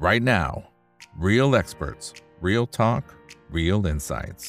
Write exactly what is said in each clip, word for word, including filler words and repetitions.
right now. Real experts, real talk, real insights.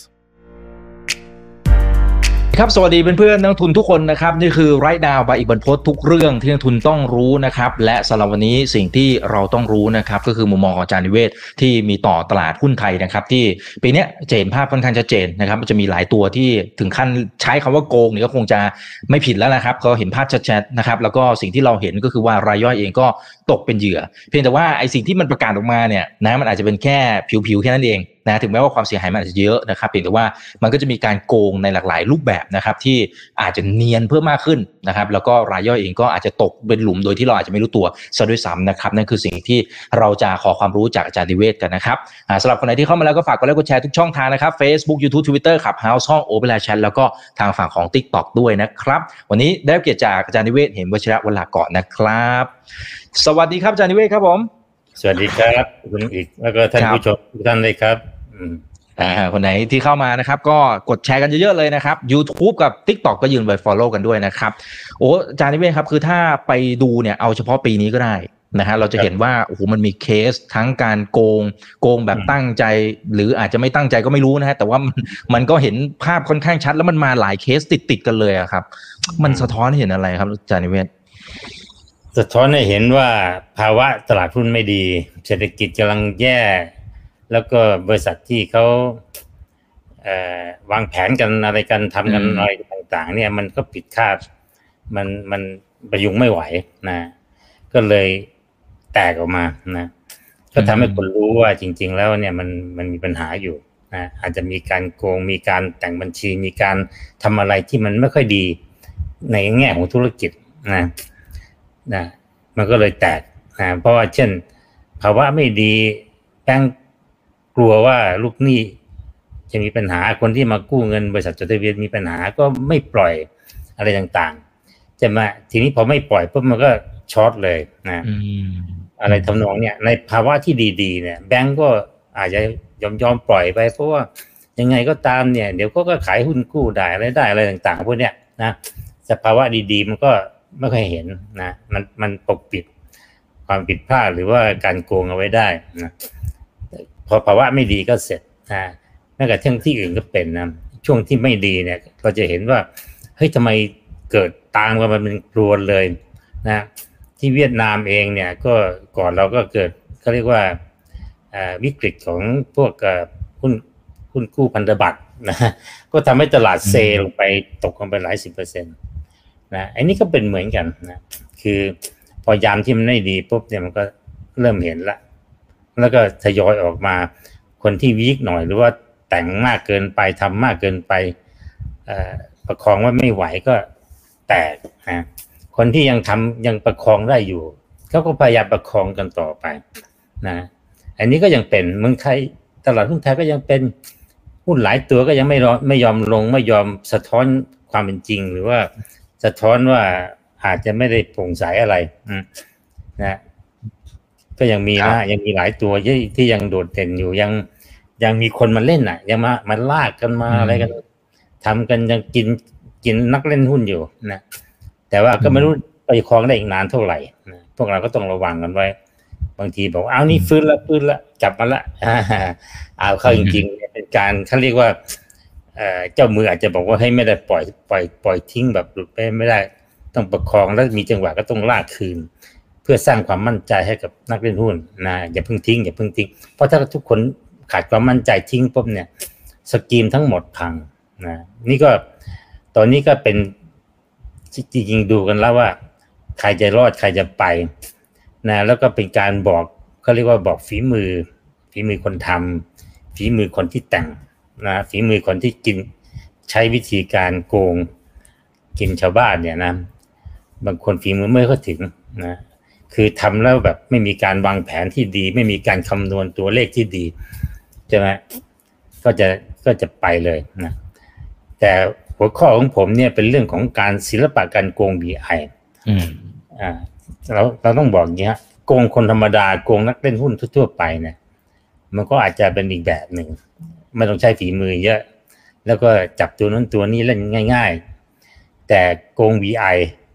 ครับสวัสดีเพื่อนๆนักทุนทุกคนนะครับนี่คือ Right Now บายอีกบรรพตทุกเรื่องที่นักทุนต้องรู้นะครับและสำหรับวันนี้สิ่งที่เราต้องรู้นะครับก็คือมุมมองของอาจารย์นิเวศที่มีต่อตลาดหุ้นไทยนะครับที่ปีนี้จะเห็นภาพค่อนข้างชัดเจนนะครับมันจะมีหลายตัวที่ถึงขั้นใช้คำว่าโกงนี่ก็คงจะไม่ผิดแล้วนะครับก็เห็นภาพชัดๆนะครับแล้วก็สิ่งที่เราเห็นก็คือว่ารายย่อยเองก็ตกเป็นเหยื่อเพียงแต่ว่าไอ้สิ่งที่มันประกาศออกมาเนี่ยนะมันอาจจะเป็นแค่ผิวๆแค่นั้นเองนะถึงแม้ว่าความเสียหายมันอาจจะเยอะนะครับเพียงแต่ว่ามันก็จะมีการโกงในหลากหลายรูปแบบนะครับที่อาจจะเนียนเพิ่มมากขึ้นนะครับแล้วก็รายย่อยเองก็อาจจะตกเป็นหลุมโดยที่เราอาจจะไม่รู้ตัวซะด้วยซ้ำนะครับนั่นคือสิ่งที่เราจะขอความรู้จากอาจารย์นิเวศกันนะครับสำหรับคนไหนที่เข้ามาแล้วก็ฝากกดไลค์กดแชร์ทุกช่องทางนะครับ Facebook YouTube Twitter Clubhouse ห้อง Open Chat แล้วก็ทางฝั่งของ TikTok ด้วยนะครับวันนี้ได้รับเกียรติจากอาจารย์นิเวศเหมวชิระวรากรนะครับสวัสดีครับอาจารย์นิเวศครับผมสวัสดีครับคุณอีกแล้วก็ท่านผู้ชมทุกท่านเลยครับอ่าคนไหนที่เข้ามานะครับก็กดแชร์กันเยอะๆเลยนะครับ YouTube กับ TikTok ก็ยืนไป follow กันด้วยนะครับโอ้อาจารย์นิเวศครับคือถ้าไปดูเนี่ยเอาเฉพาะปีนี้ก็ได้นะฮะเราจะเห็นว่าโอ้โหมันมีเคสทั้งการโกงโกงแบบตั้งใจหรืออาจจะไม่ตั้งใจก็ไม่รู้นะฮะแต่ว่ามันมันก็เห็นภาพค่อนข้างชัดแล้วมันมาหลายเคสติดๆกันเลยอะครับมันสะท้อนให้เห็นอะไรครับอาจารย์นิเวศสะท้อนให้เห็นว่าภาวะตลาดหุ้นไม่ดีเศรษฐกิจกำลังแย่แล้วก็บริษัทที่เขาเอ่อวางแผนกันอะไรกันทำกันอะไรต่างๆเนี่ยมันก็ผิดคาดมันมันประยุงไม่ไหวนะก็เลยแตกออกมานะก็ทำให้คนรู้ว่าจริงๆแล้วเนี่ยมันมันมีปัญหาอยู่นะอาจจะมีการโกงมีการแต่งบัญชีมีการทำอะไรที่มันไม่ค่อยดีในแง่ของธุรกิจนะนะมันก็เลยแตกนะเพราะว่าเช่นภาวะไม่ดีแบงก์กลัวว่าลูกหนี้จะมีปัญหาคนที่มากู้เงินบริษัทจดทะเบียนมีปัญหาก็ไม่ปล่อยอะไรต่างๆจะมาทีนี้พอไม่ปล่อยปุ๊บมันก็ช็อตเลยนะอะไรทำนองเนี้ยในภาวะที่ดีๆเนี่ยแบงก์ก็อาจจะยอมยอมปล่อยไปเพราะว่ายังไงก็ตามเนี่ยเดี๋ยวก็ก็ขายหุ้นกู้ได้อะไรได้อะไรต่างๆพวกเนี้ยนะสภาวะดีๆมันก็ไม่ค่อยเห็นนะมันมันปกปิดความผิดพลาดหรือว่าการโกงเอาไว้ได้นะพอภาวะไม่ดีก็เสร็จนะแม้กระทั่งที่อื่นก็เป็นนะช่วงที่ไม่ดีเนี่ยเราจะเห็นว่าเฮ้ยทำไมเกิดตามกันมาเป็นกรวนเลยนะที่เวียดนามเองเนี่ยก็ก่อนเราก็เกิดเขาเรียกว่าวิกฤตของพวกหุ้นหุ้นกู้พันธบัตรนะก็ทำให้ตลาดเซลงไปตกลงไปหลายสิบเปอร์เซ็นต์นะอันนี้ก็เป็นเหมือนกันนะคือพอยามที่มันไม่ดีปุ๊บเนี่ยมันก็เริ่มเห็นละแล้วก็ทยอยออกมาคนที่วีคหน่อยหรือว่าแต่งมากเกินไปทำมากเกินไปประคองว่าไม่ไหวก็แตกนะคนที่ยังทำยังประคองได้อยู่เขาก็พยายามประคองกันต่อไปนะอันนี้ก็ยังเป็นเมืองไทยตลาดหุ้นไทยก็ยังเป็นหุ้นหลายตัวก็ยังไม่ไม่ยอมลงไม่ยอมสะท้อนความเป็นจริงหรือว่าสะท้อนว่าอาจจะไม่ได้โปร่งใสอะไรนะก็ยังมีนะยังมีหลายตัวที่ที่ยังโดดเด่นอยู่ยังยังมีคนมาเล่นอ่ะยังมามาลากกันมาอะไรกันทำกันยังกินกินนักเล่นหุ้นอยู่นะแต่ว่าก็ไม่รู้ไปครองได้อีกนานเท่าไหร่นะพวกเราก็ต้องระวังกันไว้บางทีบอกอ้าวนี่ฟื้นละฟื้นละจับมาละเอาเข้าจริงๆเป็นการเขาเรียกว่าเจ้ามืออาจจะบอกว่าให้ไม่ได้ปล่อยปล่อยปล่อยทิ้งแบบหลุดไปไม่ได้ต้องประคองแล้วมีจังหวะก็ต้องลากคืนเพื่อสร้างความมั่นใจให้กับนักเล่นหุ้นนะอย่าเพิ่งทิ้งอย่าเพิ่งทิ้งเพราะถ้าทุกคนขาดความมั่นใจทิ้งปุ๊บเนี่ยสกีมทั้งหมดพังนะนี่ก็ตอนนี้ก็เป็นจริงๆดูกันแล้วว่าใครจะรอดใครจะไปนะแล้วก็เป็นการบอกเขาเรียกว่าบอกฝีมือฝีมือคนทำฝีมือคนที่แต่งนะฝีมือคนที่กินใช้วิธีการโกงกินชาวบ้านเนี่ยนะบางคนฝีมือไม่ค่อยถึงนะคือทำแล้วแบบไม่มีการวางแผนที่ดีไม่มีการคำนวณตัวเลขที่ดีใช่ไหมก็จะก็จะไปเลยนะแต่หัวข้อของผมเนี่ยเป็นเรื่องของการศิลปะการโกง บี ไอ อืมอ่าเราเราต้องบอกอย่างนี้ฮะโกงคนธรรมดาโกงนักเล่นหุ้นทั่วๆไปเนี่ยมันก็อาจจะเป็นอีกแบบหนึ่งไม่ต้องใช้ฝีมือเยอะแล้วก็จับตัวนั้นตัวนี้เล่นง่ายๆแต่โกง บี ไอ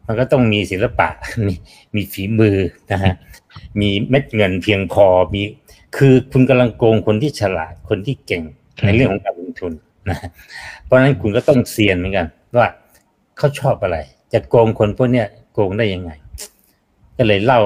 มันก็ต้องมีศิลปะมีมีฝีมือนะฮะมีเม็ดเงินเพียงพอมีคือคุณกำลังโกงคนที่ฉลาดคนที่เก่งในเรื่องของการลงทุนนะเพราะฉะนั้นคุณก็ต้องเซียนเหมือนกันว่าเขาชอบอะไรจะโกงคนพวกเนี้ยโกงได้ยังไงก็เลยเล่า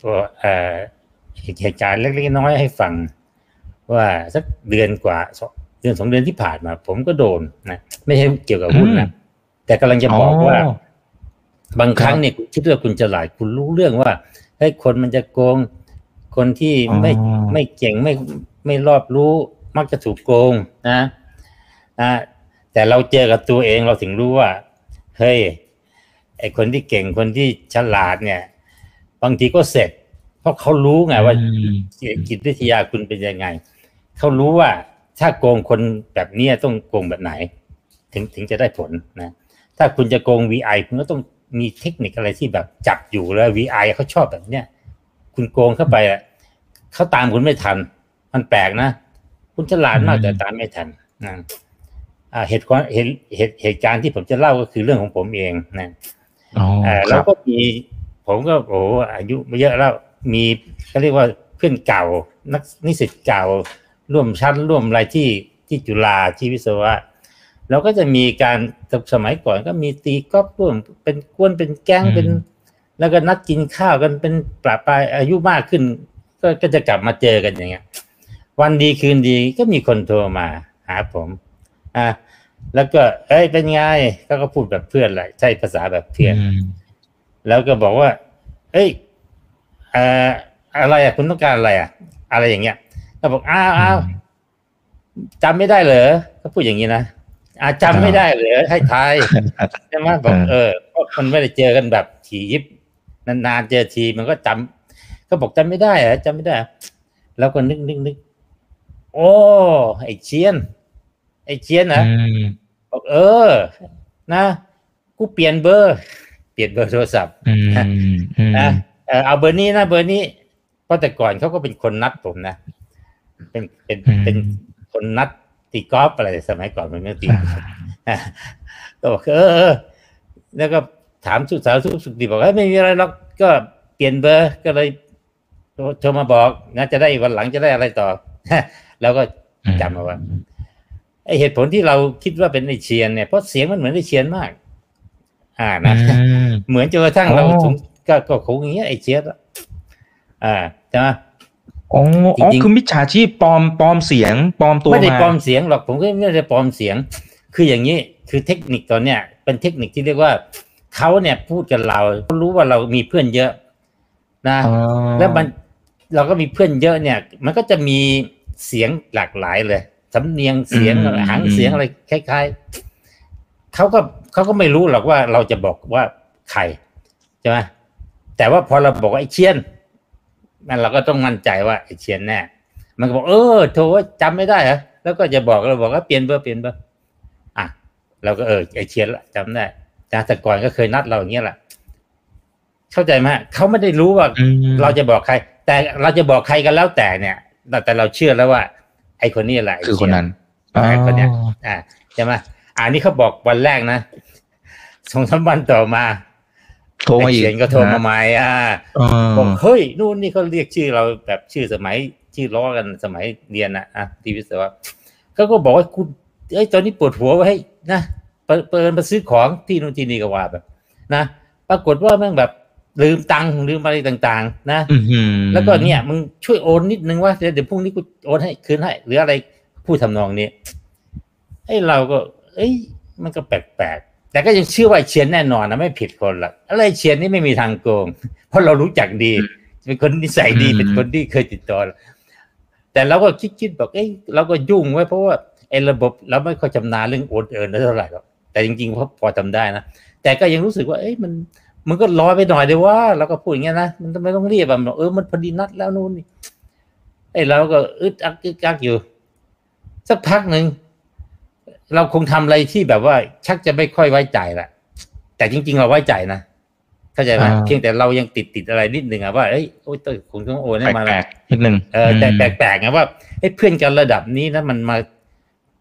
เหตุการณ์เล็กๆน้อยๆให้ฟังว่าสักเดือนกว่าเดือนสองเดือนที่ผ่านมาผมก็โดนนะไม่ใช่เกี่ยวกับหุ้นนะแต่กำลังจะบอกว่าบางครั้งเนี่ยคิดว่าคุณฉลาดคุณรู้เรื่องว่าให้คนมันจะโกงคนที่ไม่ไม่เก่งไม่ไม่รอบรู้มักจะถูกโกงนะนะแต่เราเจอกับตัวเองเราถึงรู้ว่าเฮ้ยไอคนที่เก่งคนที่ฉลาดเนี่ยบางทีก็เสร็จเพราะเขารู้ไงว่าจิตวิทยาคุณเป็นยังไงเขารู้ว่าถ้าโกงคนแบบนี้ต้องโกงแบบไหนถึงถึงจะได้ผลนะถ้าคุณจะโกง วี ไอ คุณก็ต้องมีเทคนิคอะไรที่แบบจับอยู่แล้ว วี ไอ เขาชอบแบบเนี้ยคุณโกงเข้าไปอ่ะเขาตามคุณไม่ทันมันแปลกนะคุณฉลาดมากแต่ตามไม่ทันนะอ่าเหตุการณ์เหตุเหตุเหตุการณ์ที่ผมจะเล่าก็คือเรื่องของผมเองนะอ๋อแล้วก็มีผมก็โอ้อายุไม่เยอะแล้วมีเขาเรียกว่าเพื่อนเก่านักนิสิตเก่าร่วมชั้นร่วมอะไรที่ที่จุฬาที่วิศวะเราก็จะมีการสมัยก่อนก็มีตีกอล์ฟร่วมเป็นกวนเป็นแก๊งเป็นแล้วก็นัดกินข้าวกันเป็นปราปลายอายุมากขึ้นก็ก็จะกลับมาเจอกันอย่างเงี้ยวันดีคืนดีก็มีคนโทรมาหาผมอ่ะแล้วก็เอ้ยเป็นไงเขาก็พูดแบบเพื่อนแหละใช้ภาษาแบบเพื่อนแล้วก็บอกว่าเอ้ยเอ่ออะไรอ่ะคุณต้องการอะไรอ่ะอะไรอย่างเงี้ยก็บอกอ้าวอ้าวจำไม่ได้เหรอเขาพูดอย่างนี้นะอ่าจำไม่ได้เหรอให้ทายใช่ไหมบอกเออเพราะมันไม่ได้เจอกันแบบถี่ยิบนานๆเจอทีมันก็จำก็บอกจำไม่ได้เหรอจำไม่ได้แล้วก็นึกนึกนึกโอ้ไอ้เชียนไอ้เชียนนะบอกเออนะกูเปลี่ยนเบอร์เปลี่ยนเบอร์โทรศัพท์นะเออเอาเบอร์นี้นะเบอร์นี้เพราะแต่ก่อนเขาก็เป็นคนนัดผมนะเป็นเป็นเป็นคนนัดตีกอล์ฟอะไรสมัยก่อนมันไม่ตีก็บอกเออแล้วก็ถามสุดสาวสุดดีบอกว่าไม่มีอะไรหรอกก็เปลี่ยนเบอร์ก็เลยโทรมาบอกนะจะได้วันหลังจะได้อะไรต่อแล้วก็จำเอาไว้ไอเหตุผลที่เราคิดว่าเป็นไอเชียนเนี่ยเพราะเสียงมันเหมือนไอเชียนมากอ่านะเหมือนจนกระทั่งเราก็ก็คงอย่างเงี้ยไอเชียนอ่าใช่ไหมอ๋ออ๋อคือมิจฉาชีพปลอมปลอมเสียงปลอมตัวมาไม่ได้ปลอมเสียงหรอกผมก็ไม่ได้ปลอมเสียงคืออย่างนี้คือเทคนิคตอนเนี้ยเป็นเทคนิคที่เรียกว่าเขาเนี่ยพูดกับเราเขารู้ว่าเรามีเพื่อนเยอะนะแล้วมันเราก็มีเพื่อนเยอะเนี่ยมันก็จะมีเสียงหลากหลายเลยสำเนียงเสียงหางเสียงอะไรคล้ายๆเขาก็เขาก็ไม่รู้หรอกว่าเราจะบอกว่าใครใช่ไหมแต่ว่าพอเราบอกว่าไอ้เชียนนั่นเราก็ต้องมั่นใจว่าไอ้เชียนแน่มันก็บอกเออโทรจำไม่ได้เหรอแล้วก็จะบอกเราบอกว่าเปลี่ยนเบอร์เปลี่ยนเบอร์อ่ะเราก็เออไอ้เชียนละจำได้แต่ก่อนก็เคยนัดเราอย่างเงี้ยแหละเข้าใจไหมเขาไม่ได้รู้ว่าเราจะบอกใครแต่เราจะบอกใครกันแล้วแต่เนี่ยแต่เราเชื่อแล้วว่าไอ้คนนี้แหละคือคนนั้นไอ้คนเนี้ยอ่าใช่ไหมอ่านี่เขาบอกวันแรกนะสองสามวันต่อมาโทรมาอีกก็โทรมาใหม่อ่าบอกเฮ้ยนู่นนี่เขาเรียกชื่อเราแบบชื่อสมัยชื่อล้อกันสมัยเรียนนะอ่ะที่วิศวะเขาก็บอกว่าคุณเอ้ยตอนนี้ปวดหัวไว้ให้นะเปิดเปิดมาซื้อของที่นู่นที่นี่ก็ว่าแบบนะปรากฏว่าแม่งแบบลืมตังค์ลืมอะไรต่างๆนะแล้วก็เนี่ยมึงช่วยโอนนิดนึงว่าเดี๋ยวพรุ่งนี้กูโอนให้คืนให้หรืออะไรพูดทำนองนี้ไอ้เราก็เอ้ยมันก็แปลกๆแต่ก็ยังเชื่อว่าเชียนแน่นอนนะไม่ผิดคนละอะไรเชียนนี่ไม่มีทางโกงเพราะเรารู้จักดีเป็นคนนิสัยดีเป็นคนที่เคยติดต่อแต่เราก็คิดๆบอกเอ้ยเราก็ยุ่งไว้เพราะว่าไอ้ระบบเราไม่ค่อยชำนาญเรื่องโอนเอินเท่าไหร่หรอกแต่จริงๆพอทำได้นะแต่ก็ยังรู้สึกว่าเอ้ยมันมันก็รอไปหน่อยเดียวว่าเราก็พูดอย่างเงี้ยนะมันไม่ต้องรีบแบบเออมันพอดีนัดแล้วนู่นนี่ไอ้เราก็อึดอักอึดอักอยู่สักพักหนึ่งเราคงทำอะไรที่แบบว่าชักจะไม่ค่อยไว้ใจละแต่จริงๆเราไว้ใจนะเข้าใจไหมเพียงแต่เรายังติดติดอะไรนิดนึงอะว่าเอ้ยโอ้ยตัวคุณต้องโอนให้มาแปลกๆนิดนึงเออแต่แปลกๆไงว่าไอ้เพื่อนกันระดับนี้นะมันมา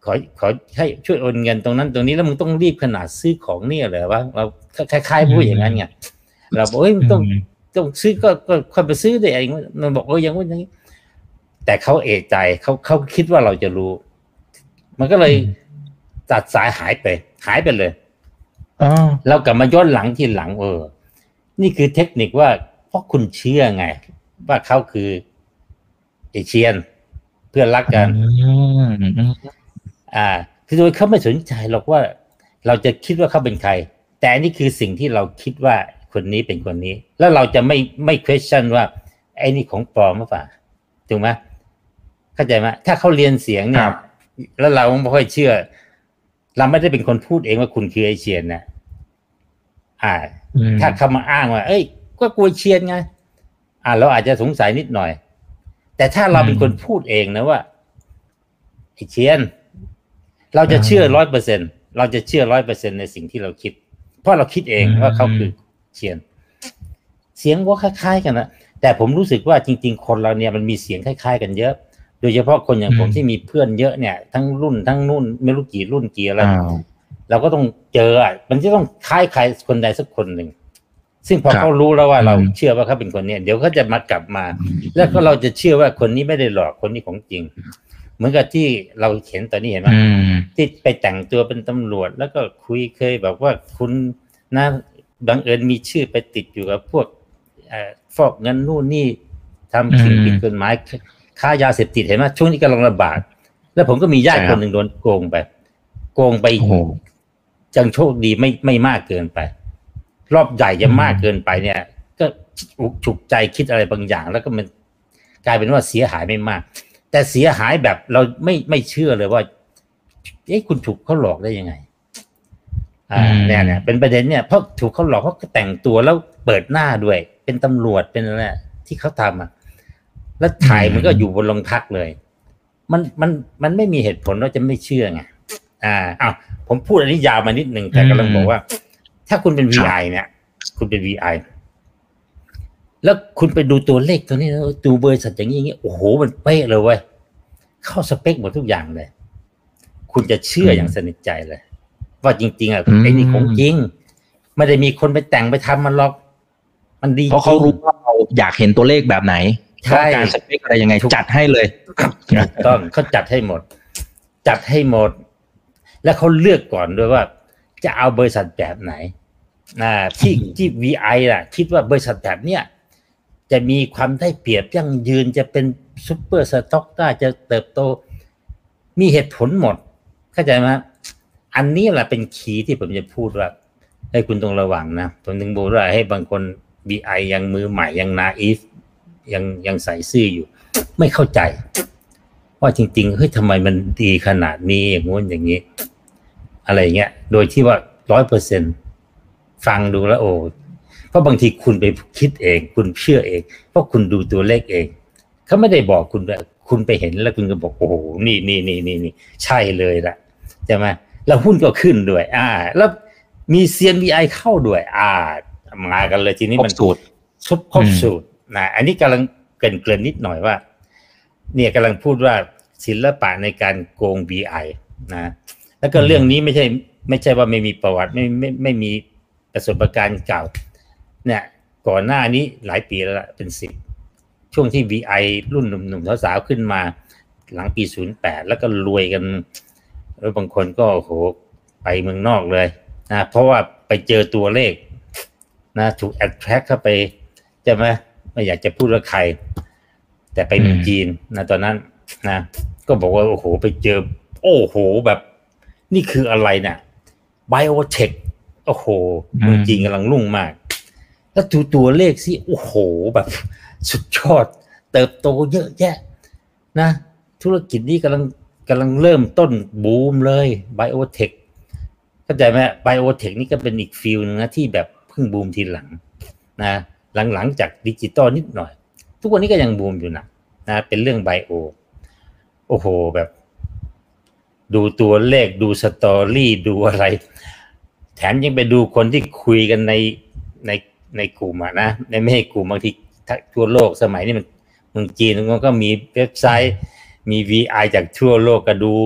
ขอขอให้ช่วยโอนเงินตรงนั้นตรงนี้แล้วมึงต้องรีบขนาดซื้อของเนี่ยเหรอวะเราคล้ายๆพูดอย่างนั้นไงเราบอกเฮ้ยมึงต้องต้องซื้อก็ก็ค่อยไปซื้อได้เองมันบอกเอออย่างนี้แต่เขาเอะใจเขาเขาคิดว่าเราจะรู้มันก็เลยตัดสายหายไปหายไปเลยเรากลับมาย้อนหลังทีหลังเออนี่คือเทคนิคว่าเพราะคุณเชื่อไงว่าเขาคือเอเชียนเพื่อนรักกันอ่าคือโดยเขาไม่สนใจหรอกว่าเราจะคิดว่าเขาเป็นใครแต่อันนี้คือสิ่งที่เราคิดว่าคนนี้เป็นคนนี้แล้วเราจะไม่ไม่ question ว่าไอ้นี่ของปลอมหรือเปล่าถูกไหมเข้าใจไหมถ้าเขาเรียนเสียงเนี่ยแล้วเราไม่ค่อยเชื่อเราไม่ได้เป็นคนพูดเองว่าคุณคือเอเชียนนะอ่าถ้าเขามาอ้างว่าเอ้ยก็กลัวเชียนไงอ่าเราอาจจะสงสัยนิดหน่อยแต่ถ้าเราเป็นคนพูดเองนะว่าไอเชียนเราจะเชื่อร้อยเปอร์เซ็นต์เราจะเชื่อร้อยเปอร์เซ็นต์ในสิ่งที่เราคิดเพราะเราคิดเองว่าเขาคือเชียนเสียงว่าคล้ายๆกันนะแต่ผมรู้สึกว่าจริงๆคนเราเนี่ยมันมีเสียงคล้ายๆกันเยอะโดยเฉพาะคนอย่างผมที่มีเพื่อนเยอะเนี่ยทั้งรุ่นทั้งนู่นไม่รู้กี่รุ่นกี่อะไรเราก็ต้องเจออ่ะมันจะต้องคล้ายใครคนใดสักคนหนึ่งซึ่งพอเขารู้แล้วว่าเราเชื่อว่าเขาเป็นคนนี้เดี๋ยวเขาจะมากลับมาแล้วก็เราจะเชื่อว่าคนนี้ไม่ได้หลอกคนนี้ของจริงเหมือนกับที่เราเห็นตอนนี้เห็นไหมที่ไปแต่งตัวเป็นตำรวจแล้วก็คุยเคยแบบว่าคุณนะบังเอิญมีชื่อไปติดอยู่กับพวกฟอกเงินนู่นนี่ทำสิ่งผิดกฎหมายค้ายาเสพติดเห็นไหมช่วงนี้กำลังระบาดแล้วผมก็มีญาติคนหนึ่งโดนโกงไปโกงไปจังโชคดีไม่ไม่มากเกินไปรอบใหญ่จะมากเกินไปเนี่ยก็ฉุกใจคิดอะไรบางอย่างแล้วก็มันกลายเป็นว่าเสียหายไม่มากแต่เสียหายแบบเราไม่ไม่เชื่อเลยว่าเอ๊ะคุณถูกเขาหลอกได้ยังไงอ่าเนี่ยเนี่ยเป็นประเด็นเนี่ยเพราะถูกเขาหลอกเพราะแต่งตัวแล้วเปิดหน้าด้วยเป็นตำรวจเป็นอะไรที่เขาทำอ่ะแล้วถ่ายมันก็อยู่บนโรงพักเลยมันมันมันไม่มีเหตุผลว่าจะไม่เชื่อไงอ่าอ้าวผมพูดอันนี้ยาวมานิดนึงแต่กำลังบอกว่าถ้าคุณเป็น วี ไอ เนี่ยคุณเป็น วี ไอ แล้วคุณไปดูตัวเลขตัวนี้แล้วดูบริษัทอย่างนี้อย่างนี้โอ้โหมันเป๊ะเลยเว้ยเข้าสเปคหมดทุกอย่างเลยคุณจะเชื่ออย่างสนิทใจเลยว่าจริงๆอ่ะไอ้นี่ของจริงไม่ได้มีคนไปแต่งไปทำมันหรอกมันดีเพราะเขารู้ว่าเราอยากเห็นตัวเลขแบบไหนต้องการสเปคอะไรยังไงจัดให้เลยถูกต้องเขาจัดให้หมดจัดให้หมดแล้วเขาเลือกก่อนด้วยว่าจะเอาบริษัทแบบไหนอ่าที่ที่ วี ไอ ล่ะคิดว่าบริษัทแบบเนี้ยจะมีความได้เปรียบยั่งยืนจะเป็นซุปเปอร์สต็อกได้จะเติบโตมีเหตุผลหมดเข้าใจไหมอันนี้แหละเป็นคีย์ที่ผมจะพูดว่าให้คุณต้องระวังนะผมถึงบอกว่าให้บางคน วี ไอ ยังมือใหม่ยังนาอีฟยังยังใส่ซื่ออยู่ไม่เข้าใจว่าจริงๆเฮ้ยทำไมมันดีขนาดนี้อย่างงู้นอย่างนี้อะไรเงี้ยโดยที่ว่า ร้อยเปอร์เซ็นต์ ฟังดูแล้วโอ้เพราะบางทีคุณไปคิดเองคุณเชื่อเองเพราะคุณดูตัวเลขเองเขาไม่ได้บอกคุณว่าคุณไปเห็นแล้วคุณก็บอกโอ้โหนี่นี่นี่นี่นี่ใช่เลยล่ะใช่ไหมแล้วหุ้นก็ขึ้นด้วยอ่าแล้วมีเซียน วี ไอ เข้าด้วยอ่ามากันเลยทีนี้มันสูตรชุบครบสูตรนะอันนี้กำลังเกริ่นๆนิดหน่อยว่าเนี่ยกำลังพูดว่าศิลปะในการโกง วี ไอ นะแล้วก็เรื่องนี้ไม่ใช่ไม่ใช่ว่าไม่มีประวัติไม่ไม่ไม่มีประสบการณ์เก่าเนี่ยก่อนหน้านี้หลายปีแล้วเป็นสิบช่วงที่ วี ไอ รุ่นหนุ่มๆสาวๆขึ้นมาหลังปีศูนย์แปดแล้วก็รวยกันแล้วบางคนก็โอ้โหไปเมืองนอกเลยนะเพราะว่าไปเจอตัวเลขนะถูก attract เข้าไปใช่ไหมไม่อยากจะพูดว่าใครแต่ไปเมืองจีนนะตอนนั้นนะก็บอกว่าโอ้โหไปเจอโอ้โหแบบนี่คืออะไรเนี่ย biotech โอ้โหเมืองจีนกำลังรุ่งมากแล้วดูตัวเลขสิโอ้โหแบบสุดยอดเติบโตเยอะแยะนะธุรกิจนี้กำลังกำลังเริ่มต้นบูมเลยไบโอเทคเข้าใจไหมไบโอเทคนี่ก็เป็นอีกฟิลนึงนะที่แบบเพิ่งบูมทีหลังนะหลังๆจากดิจิตอลนิดหน่อยทุกวันนี้ก็ยังบูมอยู่นะนะเป็นเรื่องไบโอโอ้โหแบบดูตัวเลขดูสตอรี่ดูอะไรแถมยังไปดูคนที่คุยกันในในในกลุ่มอ่ะนะในไม่ให้กลุ่มบางทีทั่วโลกสมัยนี้มันเมืองจีนมันก็มีเว็บไซต์มี วี ไอ จากทั่วโลกก็ดู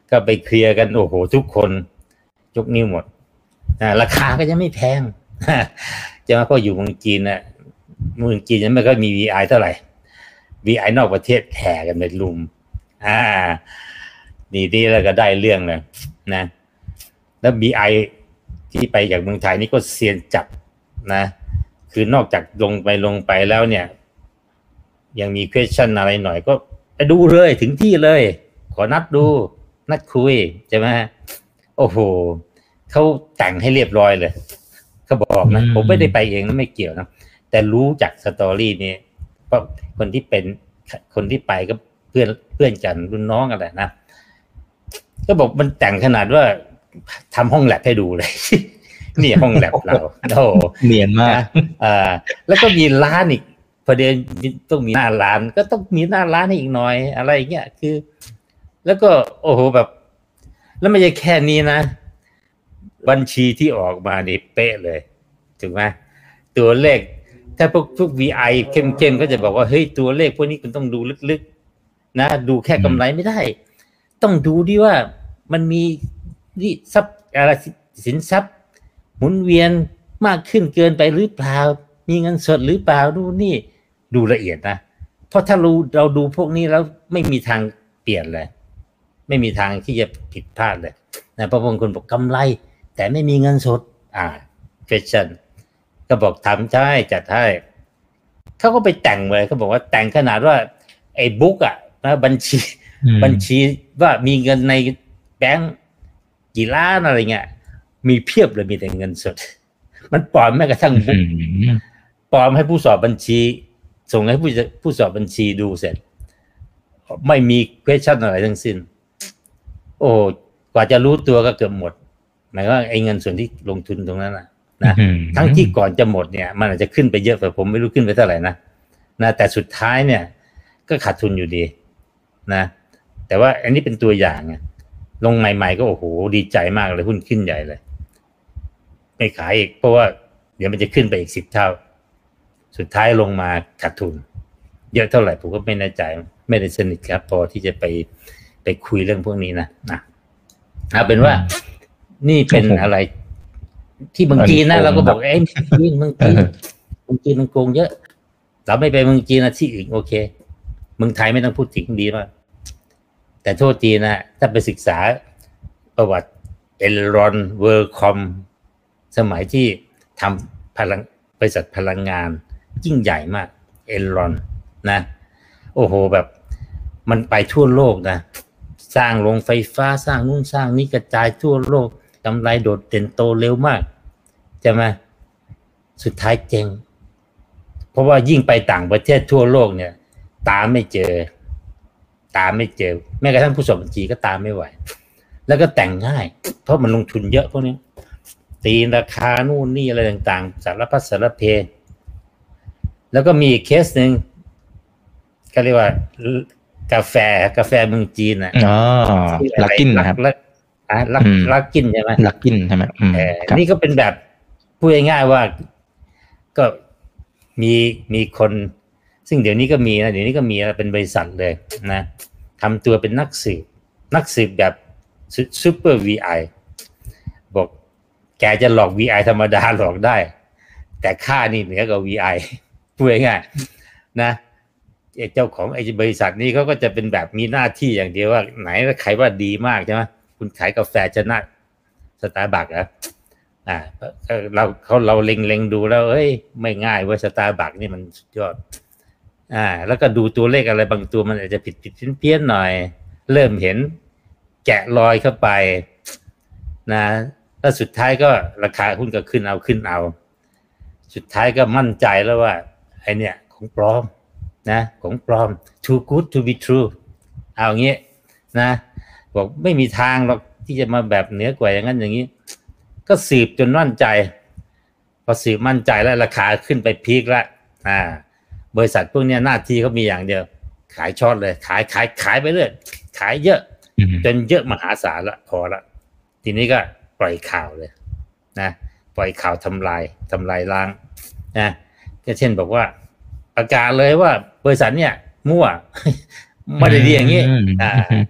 ก็ไปเคลียร์กันโอ้โหทุกคนยกนิ้วหมดอ่าราคาก็จะไม่แพงจะมาพออยู่เมืองจีนน่ะเมืองจีนยังไม่ก็มี วี ไอ เท่าไหร่ วี ไอ นอกประเทศแห่กันเป็นลุมอ่านี่ที่แล้วก็ได้เรื่องเลยนะแล้ว วี ไอ ที่ไปจากเมืองไทยนี่ก็เซียนจัดนะคือนอกจากลงไปลงไปแล้วเนี่ยยังมี question อะไรหน่อยก็ไปดูเลยถึงที่เลยขอนัดดูนัดคุยใช่ไหมโอ้โหเขาแต่งให้เรียบร้อยเลยเขาบอกนะผมไม่ได้ไปเองนะไม่เกี่ยวนะแต่รู้จากสตอรี่นี้เพราะคนที่เป็นคนที่ไปก็เพื่อนเพื่อนกันรุ่นน้องกันแหละนะก็บอกมันแต่งขนาดว่าทำห้องแลบให้ดูเลยนี่ห้องแลบเราโอ้เนียนมากอ่าแล้วก็มีร้านอีกประเด็นต้องมีหน้าร้านก็ต้องมีหน้าร้านให้อีกหน่อยอะไรอย่างเงี้ยคือแล้วก็โอ้โหแบบแล้วไม่ใช่แค่นี้นะบัญชีที่ออกมานี่เป๊ะเลยถูกไหมตัวเลขถ้าพวกพวก วี ไอ เข้มๆก็จะบอกว่าเฮ้ยตัวเลขพวกนี้คุณต้องดูลึกๆนะดูแค่กำไรไม่ได้ต้องดูดิว่ามันมีนี่ทรัพย์อะไรสินทรัพย์หมุนเวียนมากขึ้นเกินไปหรือเปล่ามีเงินสดหรือเปล่าดูนี่ดูละเอียดนะเพราะถ้าเราเราดูพวกนี้แล้วไม่มีทางเปลี่ยนเลยไม่มีทางที่จะผิดพลาดเลยนะเพราะบางคนบอกกำไรแต่ไม่มีเงินสดอ่าเฟชั่นก็บอกทำใช่จัดให้เขาก็ไปแต่งเลยเขาบอกว่าแต่งขนาดว่าไอ้บุ๊กอ่ะนะบัญชีบัญชีว่ามีเงินในแบงก์กี่ล้านอะไรเงี้ยมีเพียบเลยมีแต่เงินสดมันปลอมแม้กระทั่งบุ๊กปลอมให้ผู้สอบบัญชีส่งให้ผู้ผู้สอบบัญชีดูเสร็จไม่มี question อะไรทั้งสิ้นโอ้กว่าจะรู้ตัวก็เกือบหมดหมายว่าไอ้เงินส่วนที่ลงทุนตรงนั้นนะนะทั้งที่ก่อนจะหมดเนี่ยมันอาจจะขึ้นไปเยอะแต่ผมไม่รู้ขึ้นไปเท่าไหร่นะนะแต่สุดท้ายเนี่ยก็ขาดทุนอยู่ดีนะแต่ว่าอันนี้เป็นตัวอย่างไงลงใหม่ๆก็โอ้โหดีใจมากเลยหุ้นขึ้นใหญ่เลยไม่ขายอีกเพราะว่าเดี๋ยวมันจะขึ้นไปอีกสิบเท่าสุดท้ายลงมาขาดทุนเยอะเท่าไหร่ผมก็ไม่แน่ใจไม่ได้สนิทครับพอที่จะไปไปคุยเรื่องพวกนี้นะนะเอาเป็นว่านี่เป็นอะไรที่เมืองจีนนะเราก็บอกเอ้ยจีนเมืองจีนเมืองจีนมันโกงเยอะเราไม่ไปเมืองจีนนะที่อื่นโอเคเมืองไทยไม่ต้องพูดถึงดีมากแต่โทษจีนนะถ้าไปศึกษาประวัติเอลรอนเวิร์คอมสมัยที่ทำพลังบริษัทพลังงานยิ่งใหญ่มากเอลรอนนะโอ้โหแบบมันไปทั่วโลกนะสร้างโรงไฟฟ้าสร้างนู่นสร้างนี่กระจายทั่วโลกกำไรโดดเด่นโตเร็วมากใช่ไหมสุดท้ายเจ๊งเพราะว่ายิ่งไปต่างประเทศทั่วโลกเนี่ยตามไม่เจอตามไม่เจอแม้กระทั่งผู้สอบบัญชีก็ตามไม่ไหวแล้วก็แต่งง่ายเพราะมันลงทุนเยอะพวกนี้ตีราคานู่นนี่อะไรต่างๆสารพัดสารเพแล้วก็มีอีกเคสหนึ่งก็เรียกว่ากาแฟกาแฟเมืองจีนอ่ะอ๋อลักกินนะครับอ่ะลักลักกินใช่ไหมลักกินใช่ไหมเออนี่ก็เป็นแบบพูดง่ายๆว่าก็มีมีคนซึ่งเดี๋ยวนี้ก็มีนะเดี๋ยวนี้ก็มีเป็นบริษัทเลยนะทำตัวเป็นนักสืบนักสืบแบบซูเปอร์ วี ไอ บอกแกจะหลอก วี ไอ ธรรมดาหลอกได้แต่ค่านี่เหนือกว่า วี ไอ พูดง่ายๆนะเจ้าของไอ้บริษัทนี้เขาก็จะเป็นแบบมีหน้าที่อย่างเดียวว่าไหนใครว่าดีมากใช่ไหมคุณขายกาแฟชนะสตาร์บัคส์นะอ่าเราเขาเราเล็งๆดูแล้วเอ้ยไม่ง่ายว่าสตาร์บัคส์นี่มันสุดยอดอ่าแล้วก็ดูตัวเลขอะไรบางตัวมันอาจจะผิดผิดเพี้ยนๆหน่อยเริ่มเห็นแกะรอยเข้าไปนะแล้วสุดท้ายก็ราคาหุ้นก็ขึ้นเอาขึ้นเอาสุดท้ายก็มั่นใจแล้วว่าไอเนี่ยของปลอมนะของปลอม too good to be true เอาอย่างงี้นะบอกไม่มีทางหรอกที่จะมาแบบเหนือกว่าอย่างนั้นอย่างนี้ก็สืบจนมั่นใจพอสืบมั่นใจแล้วราคาขึ้นไปพีคแล้วอ่าบริษัทพวกนี้หน้าที่เขามีอย่างเดียวขายช็อตเลยขายขายขายไปเรื่อยขายเยอะจนเยอะมหาศาลละพอละทีนี้ก็ปล่อยข่าวเลยนะปล่อยข่าวทำลายทำลายล้างนะก็เช่นบอกว่าประกาศเลยว่าบริษัทเนี่ยมั่วไม่ได้ดีอย่างนี้อ่า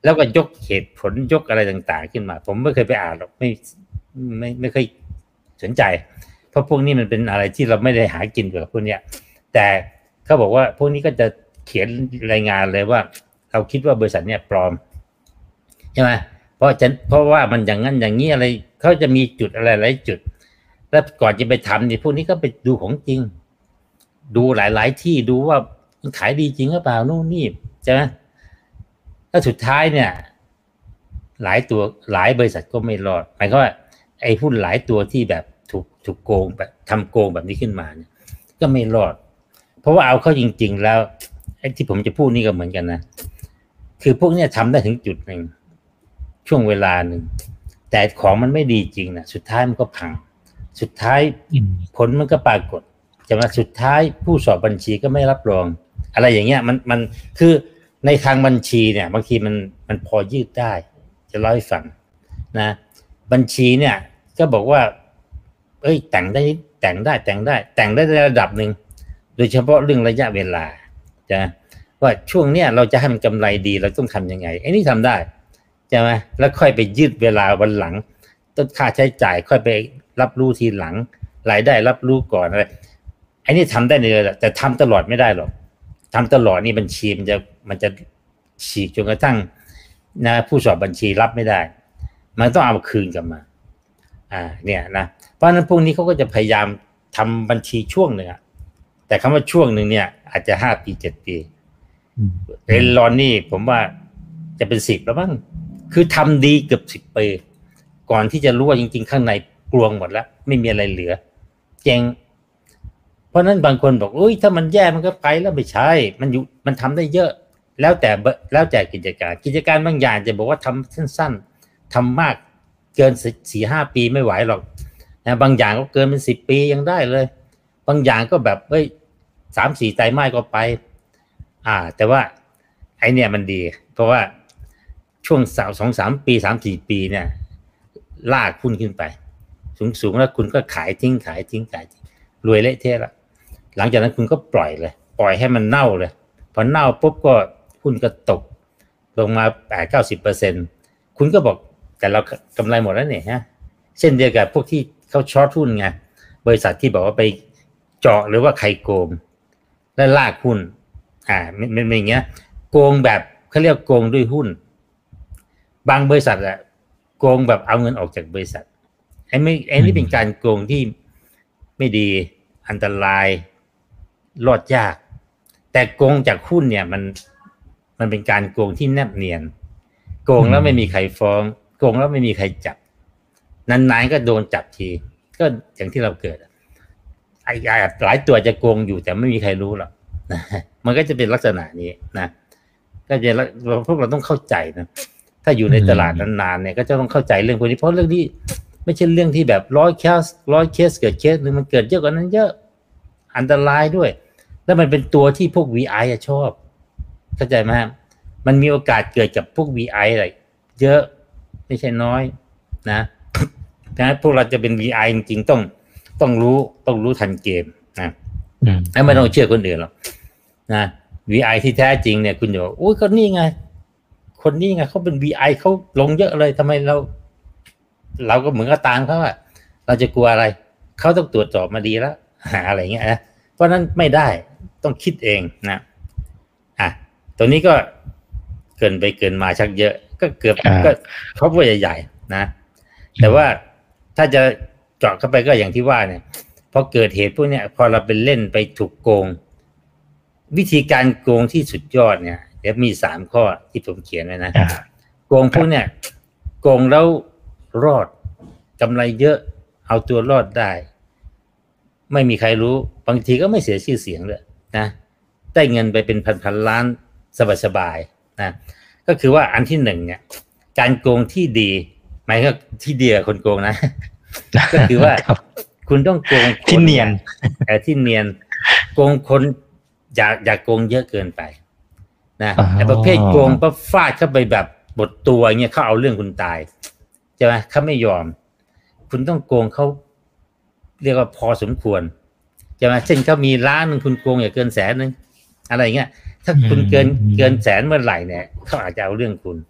แล้วก็ยกเหตุผลยกอะไรต่างๆขึ้นมาผมไม่เคยไปอ่านหรอกไม่ไม่ไม่เคยสนใจเพราะพวกนี้มันเป็นอะไรที่เราไม่ได้หากินกับพวกเนี้ยแต่เขาบอกว่าพวกนี้ก็จะเขียนรายงานเลยว่าเราคิดว่าบริษัทเนี่ยปลอมใช่ไหมเพราะจะเพราะว่ามันอย่างนั้นอย่างนี้อะไรเขาจะมีจุดอะไรหลายจุดแล้วก่อนจะไปทำนี่พวกนี้ก็ไปดูของจริงดูหลายๆที่ดูว่ามันขายดีจริงหรือเปล่านู่นนี่ใช่ไหมแล้วสุดท้ายเนี่ยหลายตัวหลายบริษัทก็ไม่รอดหมายความว่าไอ้หุ้นหลายตัวที่แบบถูกถูกโกงแบบทำโกงแบบนี้ขึ้นมาเนี่ยก็ไม่รอดเพราะว่าเอาเข้าจริงๆแล้วไอ้ที่ผมจะพูดนี่ก็เหมือนกันนะคือพวกเนี้ยทำได้ถึงจุดหนึ่งช่วงเวลาหนึ่งแต่ของมันไม่ดีจริงนะสุดท้ายมันก็พังสุดท้ายผลมันก็ปรากฏจะมาสุดท้ายผู้สอบบัญชีก็ไม่รับรองอะไรอย่างเงี้ยมันมันคือในทางบัญชีเนี่ยบางทีมันมันพอยืดได้จะเล่าให้ฟังนะบัญชีเนี่ยก็บอกว่าเอ้ยแต่งได้แต่งได้แต่งได้แต่งได้ในระดับหนึ่งโดยเฉพาะเรื่องระยะเวลาจะว่าช่วงเนี้ยเราจะให้มันกำไรดีเราต้องทำยังไงไอ้นี่ทำได้ใช่ไหมแล้วค่อยไปยืดเวลาวันหลังต้นค่าใช้จ่ายค่อยไปรับรู้ทีหลังรายได้รับรู้ก่อนอะไรไอ้นี่ทำได้เลยแต่ทำตลอดไม่ได้หรอกทำตลอดนี่บัญชีมันจะมันจะฉีกจนกระทั่งนะผู้สอบบัญชีรับไม่ได้มันต้องเอาคืนกลับมาอ่าเนี่ยนะเพราะฉะนั้นพวกนี้เขาก็จะพยายามทำบัญชีช่วงหนึ่งอะแต่คำว่าช่วงหนึ่งเนี่ยอาจจะห้าปีเจ็ดปีเอลอนนี่ผมว่าจะเป็นสิบแล้วมั้งคือทำดีเกือบสิบปีก่อนที่จะรู้ว่าจริงๆข้างในกลวงหมดแล้วไม่มีอะไรเหลือเจ๊งเพราะนั้นบางคนบอกเอ้ยถ้ามันแย่มันก็ไปแล้วไม่ใช่มันอยู่มันทำได้เยอะแล้วแต่แล้วแต่กิจการกิจการบางอย่างจะบอกว่าทำสั้นๆทำมากเกินสี่ห้าปีไม่ไหวหรอกนะบางอย่างก็เกินเป็นสิบปียังได้เลยบางอย่างก็แบบเอ้ยสามสี่ไตรมาสก็ไปอ่าแต่ว่าไอเนี่ยมันดีเพราะว่าช่วงสาวสองสามปีสามสี่ปีเนี่ยลากหุ้นขึ้นไปสูงๆแล้วคุณก็ขายทิ้งขายทิ้งขายทิ้งรวยเละเทะละหลังจากนั้นคุณก็ปล่อยเลยปล่อยให้มันเน่าเลยพอเน่าปุ๊บก็หุ้นก็ตกลงมาแปดเก้าสิบเปอร์เซ็นต์คุณก็บอกแต่เรากำไรหมดแล้วเนี่ยฮะเช่นเดียวกับพวกที่เขาช็อตหุ้นไงบริษัทที่บอกว่าไปเจาะหรือว่าใครโกงแล้วลากหุ้นอ่ามันเป็นอย่างเงี้ยโกงแบบเขาเรียกโกงด้วยหุ้นบางบริษัทอะโกงแบบเอาเงินออกจากบริษัทไอ้ไม่ไอ้นี่เป็นการโกงที่ไม่ดีอันตรายรอดยากแต่โกงจากหุ้นเนี่ยมันมันเป็นการโกงที่แนบเนียนโกงแล้วไม่มีใครฟ้องโกงแล้วไม่มีใครจับนานๆก็โดนจับทีก็อย่างที่เราเกิดไอ้หลายตัวจะโกงอยู่แต่ไม่มีใครรู้หรอกนะมันก็จะเป็นลักษณะนี้นะก็จะพวกเราต้องเข้าใจนะถ้าอยู่ในตลาดนานๆเนี่ยก็จะต้องเข้าใจเรื่องพวกนี้เพราะเรื่องนี้ไม่ใช่เรื่องที่แบบร้อยเคสร้อยเคสเกิดเคสนึงมันเกิดเยอะกว่านั้นเยอะอันตรายด้วยแล้วมันเป็นตัวที่พวก วี ไอ อ่ะชอบเข้าใจไหมมันมีโอกาสเกิดกับพวก วี ไอ อะไรเยอะไม่ใช่น้อยนะนะพวกเราจะเป็น วี ไอ จริงๆต้องต้องรู้ต้องรู้ทันเกมนะแล้วไม่ต้องเชื่อคนอื่นหรอกนะ วี ไอ ที่แท้จริงเนี่ยคุณจะบอกโอ้ยก็นี่ไงคนนี้ไงเขาเป็น วี ไอ เขาลงเยอะเลยทำไมเราเราก็เหมือนกับตามเขาอะเราจะกลัวอะไรเขาต้องตรวจสอบมาดีแล้วอะไรเงี้ยนะเพราะนั้นไม่ได้ต้องคิดเองนะอ่ะตัวนี้ก็เกินไปเกินมาชักเยอะก็เกือบก็เขาพูดใหญ่ๆนะแต่ว่าถ้าจะเจาะเข้าไปก็อย่างที่ว่าเนี่ยพอเกิดเหตุพวกเนี้ยพอเราไปเล่นไปถูกโกงวิธีการโกงที่สุดยอดเนี่ยเดี๋ยวมีสามข้อที่ผมเขียนไว้นะโกงพวกเนี้ยโกงแล้วรอดกำไรเยอะเอาตัวรอดได้ไม่มีใครรู้บางทีก็ไม่เสียชื่อเสียงเลยนะได้เงินไปเป็นพันๆล้านสบายๆนะก็คือว่าอันที่หนึ่งเนี่ยการโกงที่ดีหมายก็ที่ดีกับคนโกงนะก็คือว่าคุณต้องโกงที่เนียนแต่ที่เนียนโกงคนอย่าอย่าโกงเยอะเกินไปนะแต่ประเภทโกงก็ฟาดเข้าไปแบบบทตัวเงี้ยเขาเอาเรื่องคุณตายใช่ไหมเขาไม่ยอมคุณต้องโกงเขาเรียกว่าพอสมควรใช่ไหมเช่นเขามีล้านนึงคุณโกงอย่าเกินแสนนึงอะไรเงี้ยถ้าคุณเกินเกินแสนเมื่อไหร่เนี่ยเขาอาจจะเอาเรื่องคุณ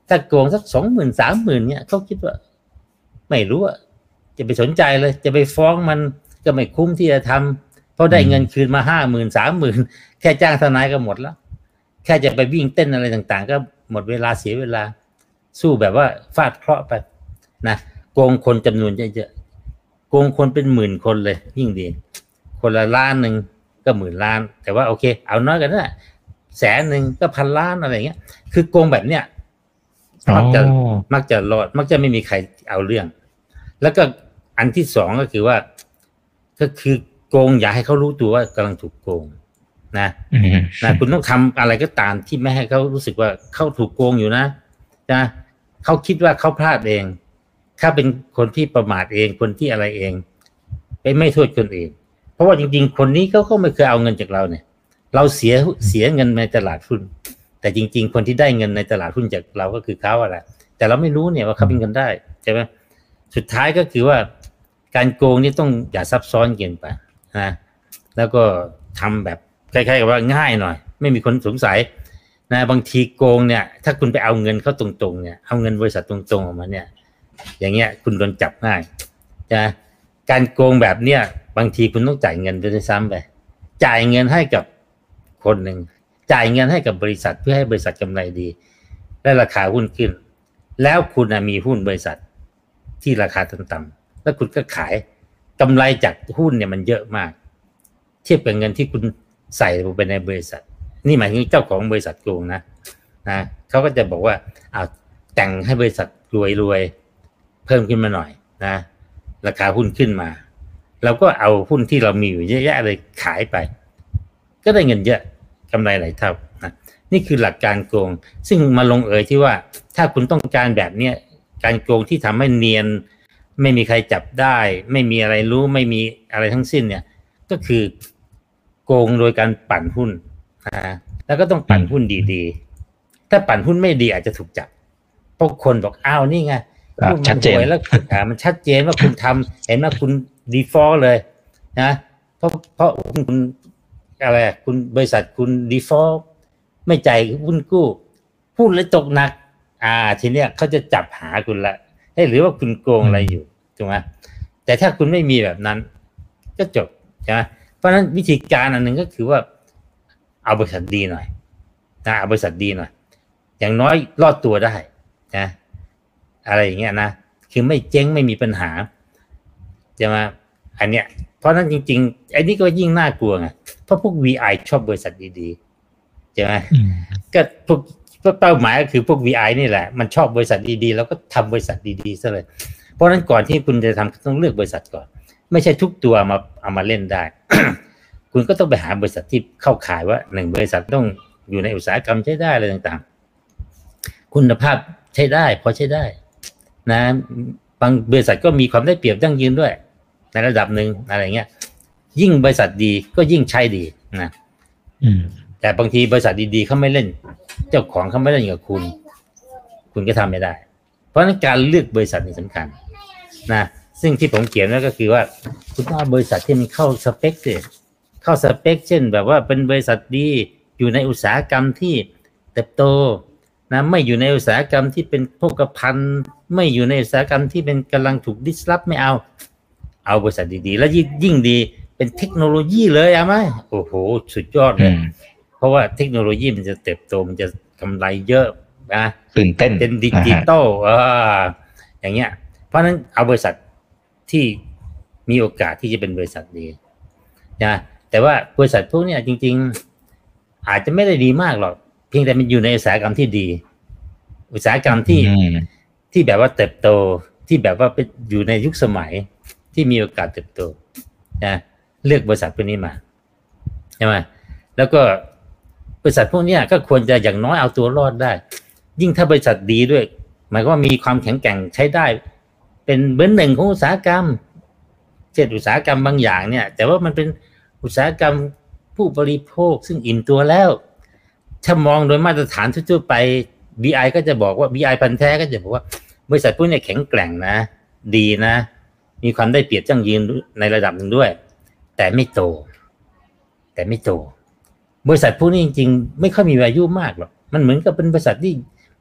ถ้าโกงสักสองหมื่นสามหมื่นเนี่ยเขาคิดว่าไม่รู้ว่าจะไปสนใจเลยจะไปฟ้องมันก็ไม่คุ้มที่จะทำเพราะได้เงินคืนมาห้าหมื่นสามหมื่นแค่จ้างทนายก็หมดแล้วแค่จะไปวิ่งเต้นอะไรต่างๆก็หมดเวลาเสียเวลาสู้แบบว่าฟาดเคราะห์ไปนะโกงคนจำนวนเยอะๆโกงคนเป็นหมื่นคนเลยยิ่งดีคนละล้านหนึ่งก็หมื่นล้านแต่ว่าโอเคเอาน้อยกันนะแสนหนึ่งก็พันล้านอะไรเงี้ยคือโกงแบบเนี้ยมักจะมักจะรอดมักจะไม่มีใครเอาเรื่องแล้วก็อันที่สองก็คือว่าก็คือโกงอย่าให้เขารู้ตัวว่ากำลังถูกโกงนะนะคุณต้องทำอะไรก็ตามที่ไม่ให้เขารู้สึกว่าเขาถูกโกงอยู่นะนะเขาคิดว่าเขาพลาดเองถ้าเป็นคนที่ประมาทเองคนที่อะไรเองไปไม่โทษคนอื่นเพราะว่าจริงๆคนนี้เขาก็ไม่เคยเอาเงินจากเราเนี่ยเราเสียเสียเงินในตลาดหุ้นแต่จริงๆคนที่ได้เงินในตลาดหุ้นจากเราก็คือเขาอะไรแต่เราไม่รู้เนี่ยว่าเขาเป็นคนได้ใช่ไหมสุดท้ายก็คือว่าการโกงนี่ต้องอย่าซับซ้อนเกินไปนะแล้วก็ทำแบบคล้ายๆกับว่าง่ายหน่อยไม่มีคนสงสัยนะบางทีโกงเนี่ยถ้าคุณไปเอาเงินเขาตรงๆเนี่ยเอาเงินบริษัทตรงๆออกมาเนี่ยอย่างเงี้ยคุณโดนจับง่ายนะการโกงแบบเนี้ยบางทีคุณต้องจ่ายเงินไปด้วยซ้ำไปจ่ายเงินให้กับคนหนึ่งจ่ายเงินให้กับบริษัทเพื่อให้บริษัทกำไรดีและราคาหุ้นขึ้นแล้วคุณมีหุ้นบริษัทที่ราคาต่ำๆแล้วคุณก็ขายกำไรจากหุ้นเนี่ยมันเยอะมากเทียบกับเงินที่คุณใส่ลงไปในบริษัทนี่หมายถึงเจ้าของบริษัทโกงนะนะเขาก็จะบอกว่าเอาแต่งให้บริษัทรวยๆเพิ่มขึ้นมาหน่อยนะราคาหุ้นขึ้นมาเราก็เอาหุ้นที่เรามีอยู่เยอะแยะเลยขายไปก็ได้เงินเยอะกำไรหลายเท่านะนี่คือหลักการโกงซึ่งมาลงเอยที่ว่าถ้าคุณต้องการแบบเนี้ยการโกงที่ทำให้เนียนไม่มีใครจับได้ไม่มีอะไรรู้ไม่มีอะไรทั้งสิ้นเนี่ยก็คือโกงโดยการปั่นหุ้นนะแล้วก็ต้องปั่นหุ้นดีๆถ้าปั่นหุ้นไม่ดีอาจจะถูกจับเพราะคนบอกอ้าวนี่ไงชัดเจนแล้วอ่ามันชัดเจนว่าคุณทำเห็นว่าคุณดีฟอลต์เลยนะเพราะเพราะคุณอะไรคุณบริษัทคุณดีฟอลต์ไม่จ่ายหุ้นกู้หุ้นเลยตกหนักอ่าทีเนี้ยเขาจะจับหาคุณละเฮ้ยหรือว่าคุณโกงอะไรอยู่ถูกไหมแต่ถ้าคุณไม่มีแบบนั้นก็จบใช่ไหมเพราะฉะนั้นวิธีการอันหนึ่งก็คือว่าเอาบริษัทดีหน่อยนะเอาบริษัทดีหน่อยอย่างน้อยรอดตัวได้นะอะไรอย่างเงี้ยนะคือไม่เจ๊งไม่มีปัญหาใช่ไหมอันเนี้ยเพราะนั้นจริงๆไอ้นี่ก็ยิ่งน่ากลัวไงเพราะพวก วี ไอ ชอบบริษัทดีๆใช่ไหมก็พวกเป้าหมายก็คือพวก วี ไอ นี่แหละมันชอบบริษัทดีๆแล้วก็ทำบริษัทดีๆซะเลยเพราะฉะนั้นก่อนที่คุณจะทำต้องเลือกบริษัทก่อนไม่ใช่ทุกตัวมาเอามาเล่นได้ คุณก็ต้องไปหาบริษัทที่เข้าข่ายว่าหนึ่งบริษัทต้องอยู่ในอุตสาหกรรมใช้ได้อะไรต่างๆคุณภาพใช้ได้พอใช้ได้นะบางบริษัทก็มีความได้เปรียบยั่งยืนด้วยในระดับหนึ่งอะไรเงี้ยยิ่งบริษัทดีก็ยิ่งใช้ดีนะแต่บางทีบริษัทดีๆเขาไม่เล่นเจ้าของเขาไม่เล่นกับคุณคุณก็ทำไม่ได้เพราะฉะนั้นการเลือกบริษัทนี่สำคัญนะซึ่งที่ผมเขียนไว้ก็คือว่าคุณต้องบริษัทที่มันเข้าสเปคสิเข้าสเปคเช่นแบบว่าเป็นบริษัทดีอยู่ในอุตสาหกรรมที่เติบโตนะไม่อยู่ในอุตสาหกรรมที่เป็นโภคภัณฑ์ไม่อยู่ในอุตสาหกรรมที่เป็นกำลังถูกดิสรับไม่เอาเอาบริษัทดีๆแล้วยิ่งดีเป็นเทคโนโลยีเลยเอาไหมโอ้โหสุดยอดเลยเพราะว่าเทคโนโลยีมันจะเติบโตมันจะกำไรเยอะนะตื่นเต้นเป็นดิจิตอลอ่าอย่างเงี้ยเพราะนั้นเอาบริษัทที่มีโอกาสที่จะเป็นบริษัทดีนะแต่ว่าบริษัทพวกนี้จริงๆอาจจะไม่ได้ดีมากหรอกเพียงแต่มันอยู่ในอุตสาหกรรมที่ดีอุตสาหกรรมที่ที่แบบว่าเติบโตที่แบบว่าเป็นอยู่ในยุคสมัยที่มีโอกาสเติบโตนะเลือกบริษัทพวกนี้มาใช่ไหมแล้วก็บริษัทพวกนี้ก็ควรจะอย่างน้อยเอาตัวรอดได้ยิ่งถ้าบริษัทดีด้วยหมายความว่ามีความแข็งแกร่งใช้ได้เป็นเบอร์หนึ่งของอุตสาหกรรมเช่นอุตสาหกรรมบางอย่างเนี่ยแต่ว่ามันเป็นอุตสาหกรรมผู้บริโภคซึ่งอิ่มตัวแล้วถ้ามองโดยมาตรฐานทั่วไป บี ไอ ก็จะบอกว่า บี ไอ พันธุ์แท้ก็จะบอกว่าบริษัทพวกนี้แข็งแกร่งนะดีนะมีความได้เปรียบยั่งยืนในระดับหนึ่งด้วยแต่ไม่โตแต่ไม่โตบริษัทพวกนี้จริงๆไม่ค่อยมี value มากหรอกมันเหมือนกับเป็นบริษัทที่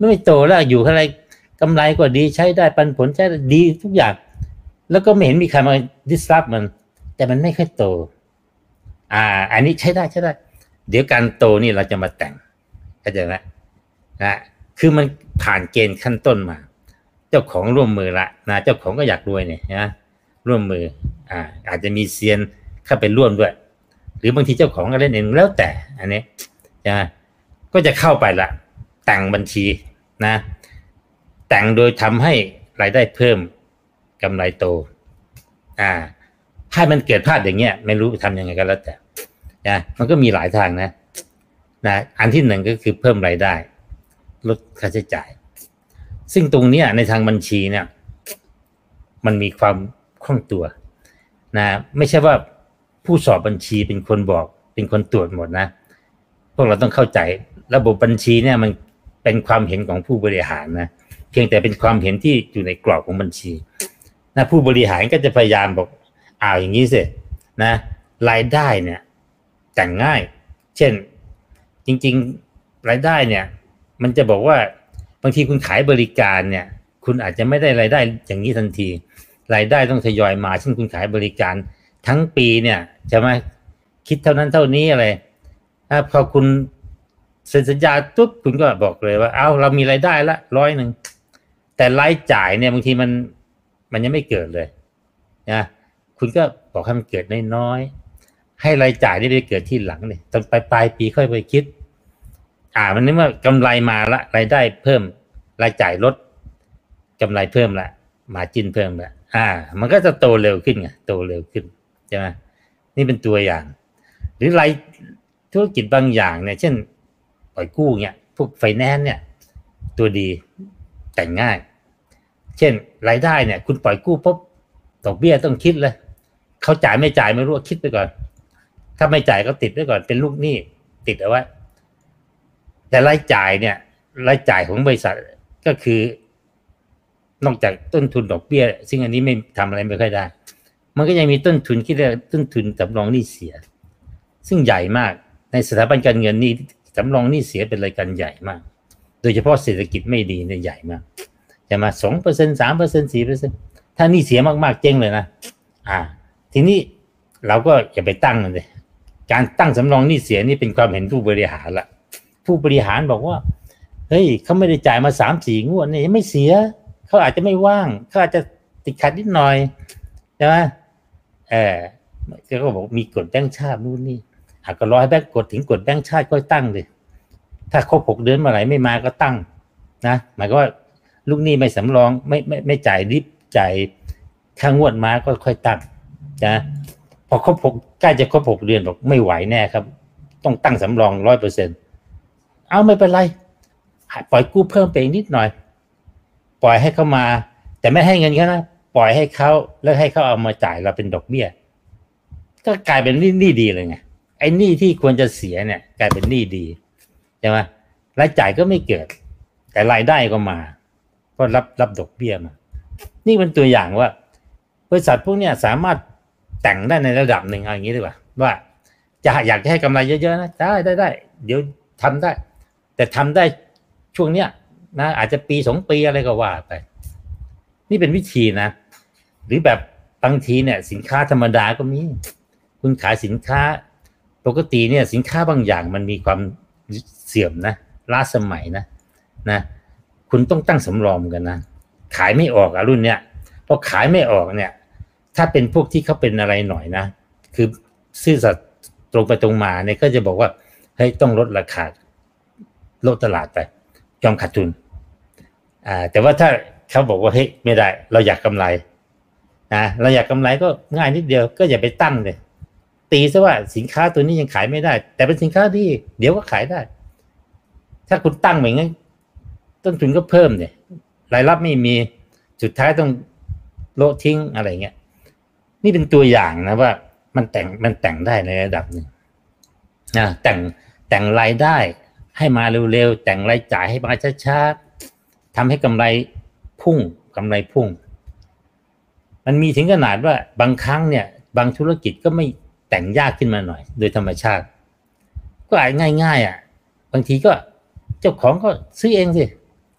ไม่โตแล้วอยู่อะไรกำไรก็ดีใช้ได้ปันผลใช้ดีทุกอย่างแล้วก็ไม่เห็นมีใครมา disrupt มันแต่มันไม่ค่อยโตอ่าอันนี้ใช้ได้ใช้ได้เดี๋ยวการโตนี่เราจะมาแต่งเข้าใจไหมนะคือมันผ่านเกณฑ์ขั้นต้นมาเจ้าของร่วมมือละนะเจ้าของก็อยากรวยเนี่ยนะร่วมมืออ่าอาจจะมีเซียนเข้าไปร่วมด้วยหรือบางทีเจ้าของก็เล่นเองแล้วแต่อันนี้นะก็จะเข้าไปละแต่งบัญชีนะแต่งโดยทำให้รายได้เพิ่มกำไรโตอ่าให้มันเกิดพลาดอย่างเงี้ยไม่รู้ทำยังไงก็แล้วแต่นะมันก็มีหลายทางนะนะอันที่หนึ่งก็คือเพิ่มรายได้ลดค่าใช้จ่ายซึ่งตรงเนี้ยในทางบัญชีเนี่ยมันมีความคล่องตัวนะไม่ใช่ว่าผู้สอบบัญชีเป็นคนบอกเป็นคนตรวจหมดนะพวกเราต้องเข้าใจระบบบัญชีเนี่ยมันเป็นความเห็นของผู้บริหารนะเพียงแต่เป็นความเห็นที่อยู่ในกรอบของบัญชีนะผู้บริหารก็จะพยายามบอกอ้าวอย่างนี้สินะรายได้เนี่ยแต่งง่ายเช่นจริงๆรายได้เนี่ยมันจะบอกว่าบางทีคุณขายบริการเนี่ยคุณอาจจะไม่ได้รายได้อย่างนี้ทันทีรายได้ต้องทยอยมาเช่นคุณขายบริการทั้งปีเนี่ยใช่ไหมคิดเท่านั้นเท่านี้อะไรถ้าพอคุณเซ็นสัญญาปุ๊บคุณก็บอกเลยว่าเอาเรามีรายได้ละร้อยหนึ่งแต่รายจ่ายเนี่ยบางทีมันมันยังไม่เกิดเลยนะคุณก็บอกให้มันเกิดน้อยๆให้รายจ่ายนี่ไปเกิดที่หลังเนี่ยตอนปลายปลายปีค่อยไปคิดอ่ามันนึกว่ากำไรมาละรายได้เพิ่มรายจ่ายลดกำไรเพิ่มละมาจิ้นเพิ่มละอ่ามันก็จะโตเร็วขึ้นไงโตเร็วขึ้นใช่ไหมนี่เป็นตัวอย่างหรือรายธุรกิจบางอย่างเนี่ยเช่นปล่อยกู้เนี่ยพวกไฟแนนซ์เนี่ยตัวดีแต่งง่ายเช่นรายได้เนี่ยคุณปล่อยกู้ปุ๊บดอกเบี้ยต้องคิดเลยเขาจ่ายไม่จ่ายไม่รู้คิดไปก่อนถ้าไม่จ่ายก็ติดไว้ก่อนเป็นลูกหนี้ติดเอาไว้แต่รายจ่ายเนี่ยรายจ่ายของบริษัทก็คือนอกจากต้นทุนดอกเบี้ยซึ่งอันนี้ไม่ทำอะไรไม่ค่อยได้มันก็ยังมีต้นทุนที่เรียกต้นทุนสำรองหนี้เสียซึ่งใหญ่มากในสถาบันการเงินนี่สำรองหนี้เสียเป็นรายการใหญ่มากโดยเฉพาะเศรษฐกิจไม่ดีเนี่ยใหญ่มากจะมา สองเปอร์เซ็นต์ สามเปอร์เซ็นต์ สี่เปอร์เซ็นต์ ถ้าหนี้เสียมากๆเจ๊งเลยนะอ่าทีนี้เราก็อย่าไปตั้งมันเลยการตั้งสำรองหนี้เสียนี่เป็นความเห็นผู้บริหารละผู้บริหารบอกว่าเฮ้ยเขาไม่ได้จ่ายมา สามสี่ งวดนี่ไม่เสียเขาอาจจะไม่ว่างเขาอาจจะติดขัดนิดหน่อยใช่ไหมเออเขาบอกมีกฎแบงก์ชาตินู่นนี่หากก็รอให้แบงก์กฎถึงกฎแบงก์ชาติก็ตั้งเลยถ้าครบหกเดือนเมื่อไหร่ไม่มาก็ตั้งนะหมายก็ว่าลูกหนี้ไม่สำรองไม่ไม่ไม่จ่ายริบจ่ายค่างวดมาก็ค่อยตั้งนะพอครบหกใกล้จะครบหกเดือนบอกไม่ไหวแน่ครับต้องตั้งสำรอง ร้อยเปอร์เซ็นต์ เอาไม่เป็นไรปล่อยกู้เพิ่มไปอีกนิดหน่อยปล่อยให้เขามาแต่ไม่ให้เงินเขานะปล่อยให้เขาแล้วให้เขาเอามาจ่ายเราเป็นดอกเบี้ยก็กลายเป็นหนี้ดีเลยไงไอ้หนี้ที่ควรจะเสียเนี่ยกลายเป็นหนี้ดีใช่ไหมรายจ่ายก็ไม่เกิดแต่รายได้ก็มาก็รับรับดอกเบี้ยมานี่เป็นตัวอย่างว่าบริษัทพวกเนี้ยสามารถแต่งได้ในระดับหนึ่งเอาอย่างนี้ดีกว่าว่าจะอยากให้กำไรเยอะๆนะได้ได้ได้เดี๋ยวทำได้แต่ทำได้ช่วงเนี้ยนะอาจจะปีสองปีอะไรก็ว่าไปนี่เป็นวิธีนะหรือแบบบางทีเนี่ยสินค้าธรรมดาก็มีคุณขายสินค้าปกติเนี่ยสินค้าบางอย่างมันมีความเสื่อมนะล้าสมัยนะนะคุณต้องตั้งสำรองกันนะขายไม่ออกอะรุ่นเนี้ยพอขายไม่ออกเนี่ยถ้าเป็นพวกที่เขาเป็นอะไรหน่อยนะคือซื่อสัตย์ตรงไปตรงมาเนี่ยก็จะบอกว่าเฮ้ยต้องลดราคาลดตลาดไปยอมขาดทุนอ่าแต่ว่าถ้าเขาบอกว่าเฮ้ยไม่ได้เราอยากกำไรนะเราอยากกำไรก็ง่ายนิดเดียวก็อย่าไปตั้งเลยตีซะว่าสินค้าตัวนี้ยังขายไม่ได้แต่เป็นสินค้าที่เดี๋ยวก็ขายได้ถ้าคุณตั้งแบบนี้ต้นทุนก็เพิ่มเนี่ยรายรับไม่มีสุดท้ายต้องโละทิ้งอะไรเงี้ยนี่เป็นตัวอย่างนะว่ามันแต่งมันแต่งได้ในระดับหนึ่งนะแต่งแต่งรายได้ให้มาเร็วๆแต่งรายจ่ายให้มาช้าๆทำให้กำไรพุ่งกำไรพุ่งมันมีถึงขนาดว่าบางครั้งเนี่ยบางธุรกิจก็ไม่แต่งยากขึ้นมาหน่อยโดยธรรมชาติก็อาจง่ายๆอ่ะบางทีก็เจ้าของก็ซื้อเองสิ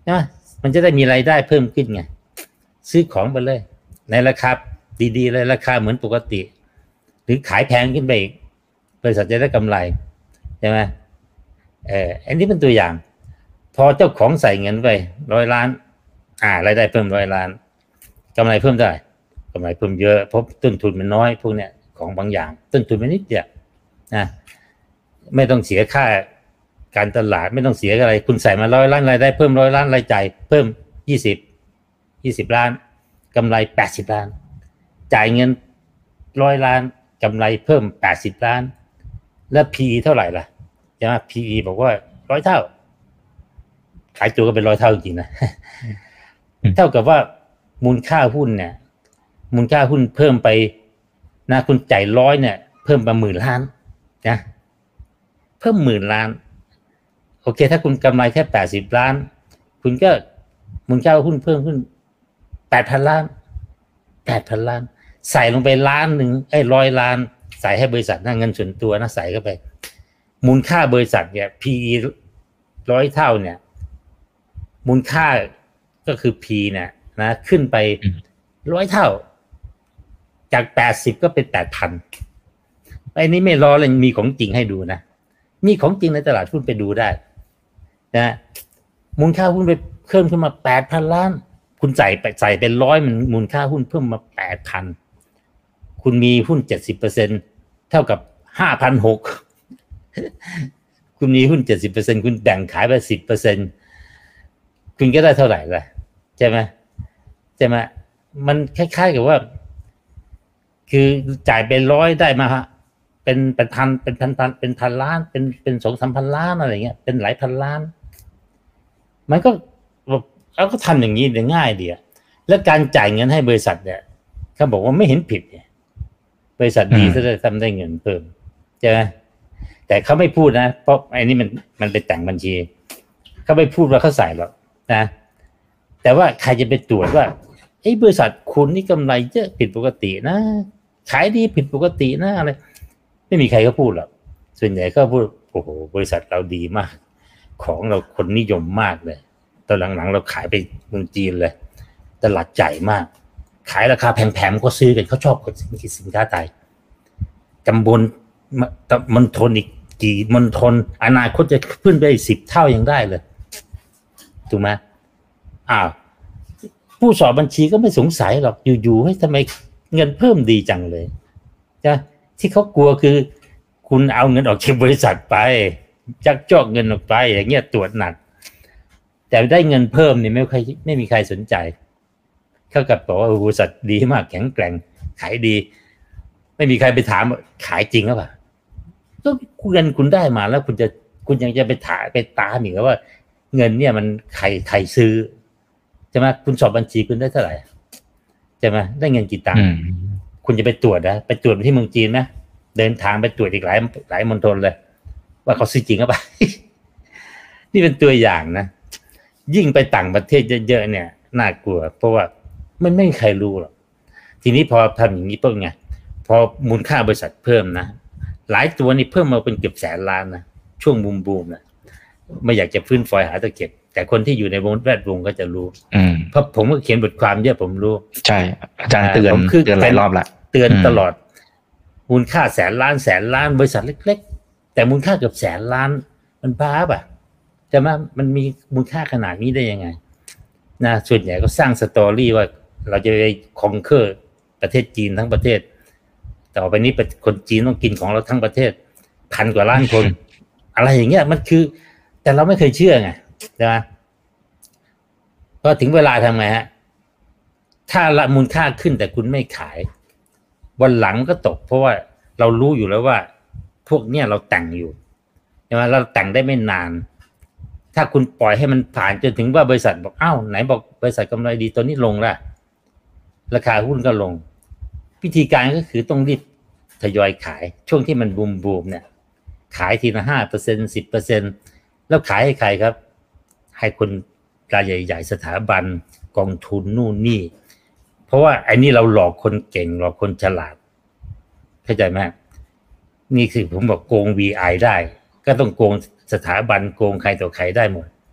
นะมันจะได้มีรายได้เพิ่มขึ้นไงซื้อของไปเลยในราคาดีๆเลยราคาเหมือนปกติหรือขายแพงขึ้นไปอีกบริษัทจะได้กำไรใช่ไหมเอออันนี้เป็นตัวอย่างพอเจ้าของใส่เงินไปร้อยล้านอ่ารายได้เพิ่มร้อยล้านกำไรเพิ่มได้กำไรเพิ่มเยอะเพราะต้นทุนมันน้อยพวกเนี้ยของบางอย่างต้นทุนมันนิดเดียวนะไม่ต้องเสียค่าการตลาดไม่ต้องเสียอะไรคุณใส่มาร้อยล้านรายได้เพิ่มร้อยล้านรายจ่ายเพิ่มยี่สิบยี่สิบล้านกำไรแปดสิบล้านจ่ายเงินร้อยล้านกำไรเพิ่มแปดสิบล้านแล้ว พี อี เท่าไหร่ล่ะใช่ไหม พี อี บอกว่าร้อยเท่าขายตัวก็เป็นร้อยเท่าจริงๆนะเท่ากับว่ามูลค่าหุ้นเนี่ยมูลค่าหุ้นเพิ่มไปนะคุณจ่ายร้อยเนี่ยเพิ่มมาหมื่นล้านนะเพิ่มหมื่นล้านโอเคถ้าคุณกำไรแค่แปดสิบล้านคุณก็มูลค่าหุ้นเพิ่มขึ้นแปดพันล้านแปดพันล้านใส่ลงไปล้านหนึ่งไอ้ร้อยล้านใส่ให้บริษัทนะเงินส่วนตัวนะใส่เข้าไปมูลค่าบริษัทเนี่ย พี อี ร้อยเท่าเนี่ยมูลค่าก็คือ P เนี่ยนะขึ้นไปร้อยเท่าจากแปดสิบก็เป็น แปดพัน ไอ้นี้ไม่รอเลยมีของจริงให้ดูนะมีของจริงในตลาดหุ้นไปดูได้นะมูลค่าหุ้นไปเพิ่มขึ้นมา แปดพัน ล้านคุณใส่ไปใส่เป็นร้อยมันมูลค่าหุ้นเพิ่มมา แปดพัน คุณมีหุ้น เจ็ดสิบเปอร์เซ็นต์ เท่ากับ ห้าพันหกร้อย คุณมีหุ้น เจ็ดสิบเปอร์เซ็นต์ คุณแบ่งขายไป สิบเปอร์เซ็นต์ คุณก็ได้เท่าไหร่ล่ะใช่ไหมใช่ไหมมันคล้ายๆกับว่าคือจ่ายเป็นร้อยได้มาฮะเป็นเป็นพันเป็นพันพันเป็นพันล้านเป็นเป็นสองสามพันล้านอะไรเงี้ยเป็นหลายพันล้านมันก็เราก็ทำอย่างนี้ได้ง่ายดีอะแล้วการจ่ายเงินให้บริษัทเนี่ยเขาบอกว่าไม่เห็นผิดเนี่ยบริษัทดีจะได้ทำได้เงินเพิ่มใช่ไหมแต่เขาไม่พูดนะเพราะไอ้นี่มันมันเป็นแต่งบัญชีเขาไม่พูดว่าเขาใส่หรอกนะแต่ว่าใครจะไปตรวจว่าไอ้บริษัทคุณนี่กำไรเยอะผิดปกตินะขายดีผิดปกตินะอะไรไม่มีใครเขาพูดหรอกส่วนใหญ่ก็พูดโอ้โหบริษัทเราดีมากของเราคนนิยมมากเลยตอนหลังๆเราขายไปเมืองจีนเลยตลาดใหญ่มากขายราคาแพงๆก็ซื้อกันเขาชอบกับสินค้าไทยจำบนมณฑลอีกกี่มณฑลอนาคตจะขึ้นไปสิบเท่ายังได้เลยถูกไหมอ้าวผู้สอบบัญชีก็ไม่สงสัยหรอกอยู่ๆให้ทำไมเงินเพิ่มดีจังเลยนะที่เขากลัวคือคุณเอาเงินออกจากบริษัทไปจักจอกเงินออกไปอย่างเงี้ยตรวจหนักแต่ได้เงินเพิ่มนี่ไม่ใครไม่มีใครสนใจเขากับบอกว่าบริษัทดีมากแข็งแกร่งขายดีไม่มีใครไปถามขายจริงหรือเปล่าก็เงินคุณได้มาแล้วคุณจะคุณยังจะไปถามไปตามอีกว่าเงินเนี่ยมันใครใครซื้อใช่ไหมคุณสอบบัญชีคุณได้เท่าไหร่ใช่ไหมได้เงินกี่ตังค์คุณจะไปตรวจนะไปตรวจที่เมืองจีนนะเดินทางไปตรวจอีกหลายหลายมณฑลเลยว่าเขาซื้อจริงหรือเปล่า นี่เป็นตัวอย่างนะยิ่งไปต่างประเทศเยอะๆเนี่ยน่ากลัวเพราะว่ามันไม่มีใครรู้หรอกทีนี้พอทำอย่างนี้ปุ๊บไงพอมูลค่าบริษัทเพิ่มนะหลายตัวนี่เพิ่มมาเป็นเกือบแสนล้านนะช่วงบูมบูมนะไม่อยากจะฟื้นฟอยหาตะเก็บแต่คนที่อยู่ในวงแวดวงก็จะรู้เพราะผมก็เขียนบทความเยอะผมรู้ใช่อาจารย์เตือนเตือนหลายรอบละเตือนตลอดมูลค่าแสนล้านแสนล้านบริษัทเล็กๆแต่มูลค่าเกือบแสนล้านมันบ้าป่ะใช่ไหมมันมีมูลค่าขนาดนี้ได้ยังไงนะส่วนใหญ่ก็สร้างสตอรี่ว่าเราจะไปคอนเคอร์ประเทศจีนทั้งประเทศต่อไปนี้คนจีนต้องกินของเราทั้งประเทศพันกว่าล้านคน อะไรอย่างเงี้ยมันคือแต่เราไม่เคยเชื่อไงใช่ไหมพอถึงเวลาทำไงฮะถ้าละมูลค่าขึ้นแต่คุณไม่ขายวันหลังก็ตกเพราะว่าเรารู้อยู่แล้วว่าพวกเนี้ยเราแต่งอยู่ใช่ไหมเราแต่งได้ไม่นานถ้าคุณปล่อยให้มันผ่านจนถึงว่าบริษัทบอกอ้าวไหนบอกบริษัทกำไรดีตอนนี้ลงละราคาหุ้นก็ลงวิธีการก็คือต้องรีบทยอยขายช่วงที่มันบูมบูมเนี่ยขายทีละห้าเปอร์เซ็นต์สิบเปอร์เซ็นต์แล้วขายให้ใครครับให้คนรายใหญ่ๆสถาบันกองทุนนู่นนี่เพราะว่าไอ้นี่เราหลอกคนเก่งหลอกคนฉลาดเข้าใจไหมนี่คือผมบอกโกง วี ไอ ได้ก็ต้องโกงสถาบันโกงใครต่อใครได้หมด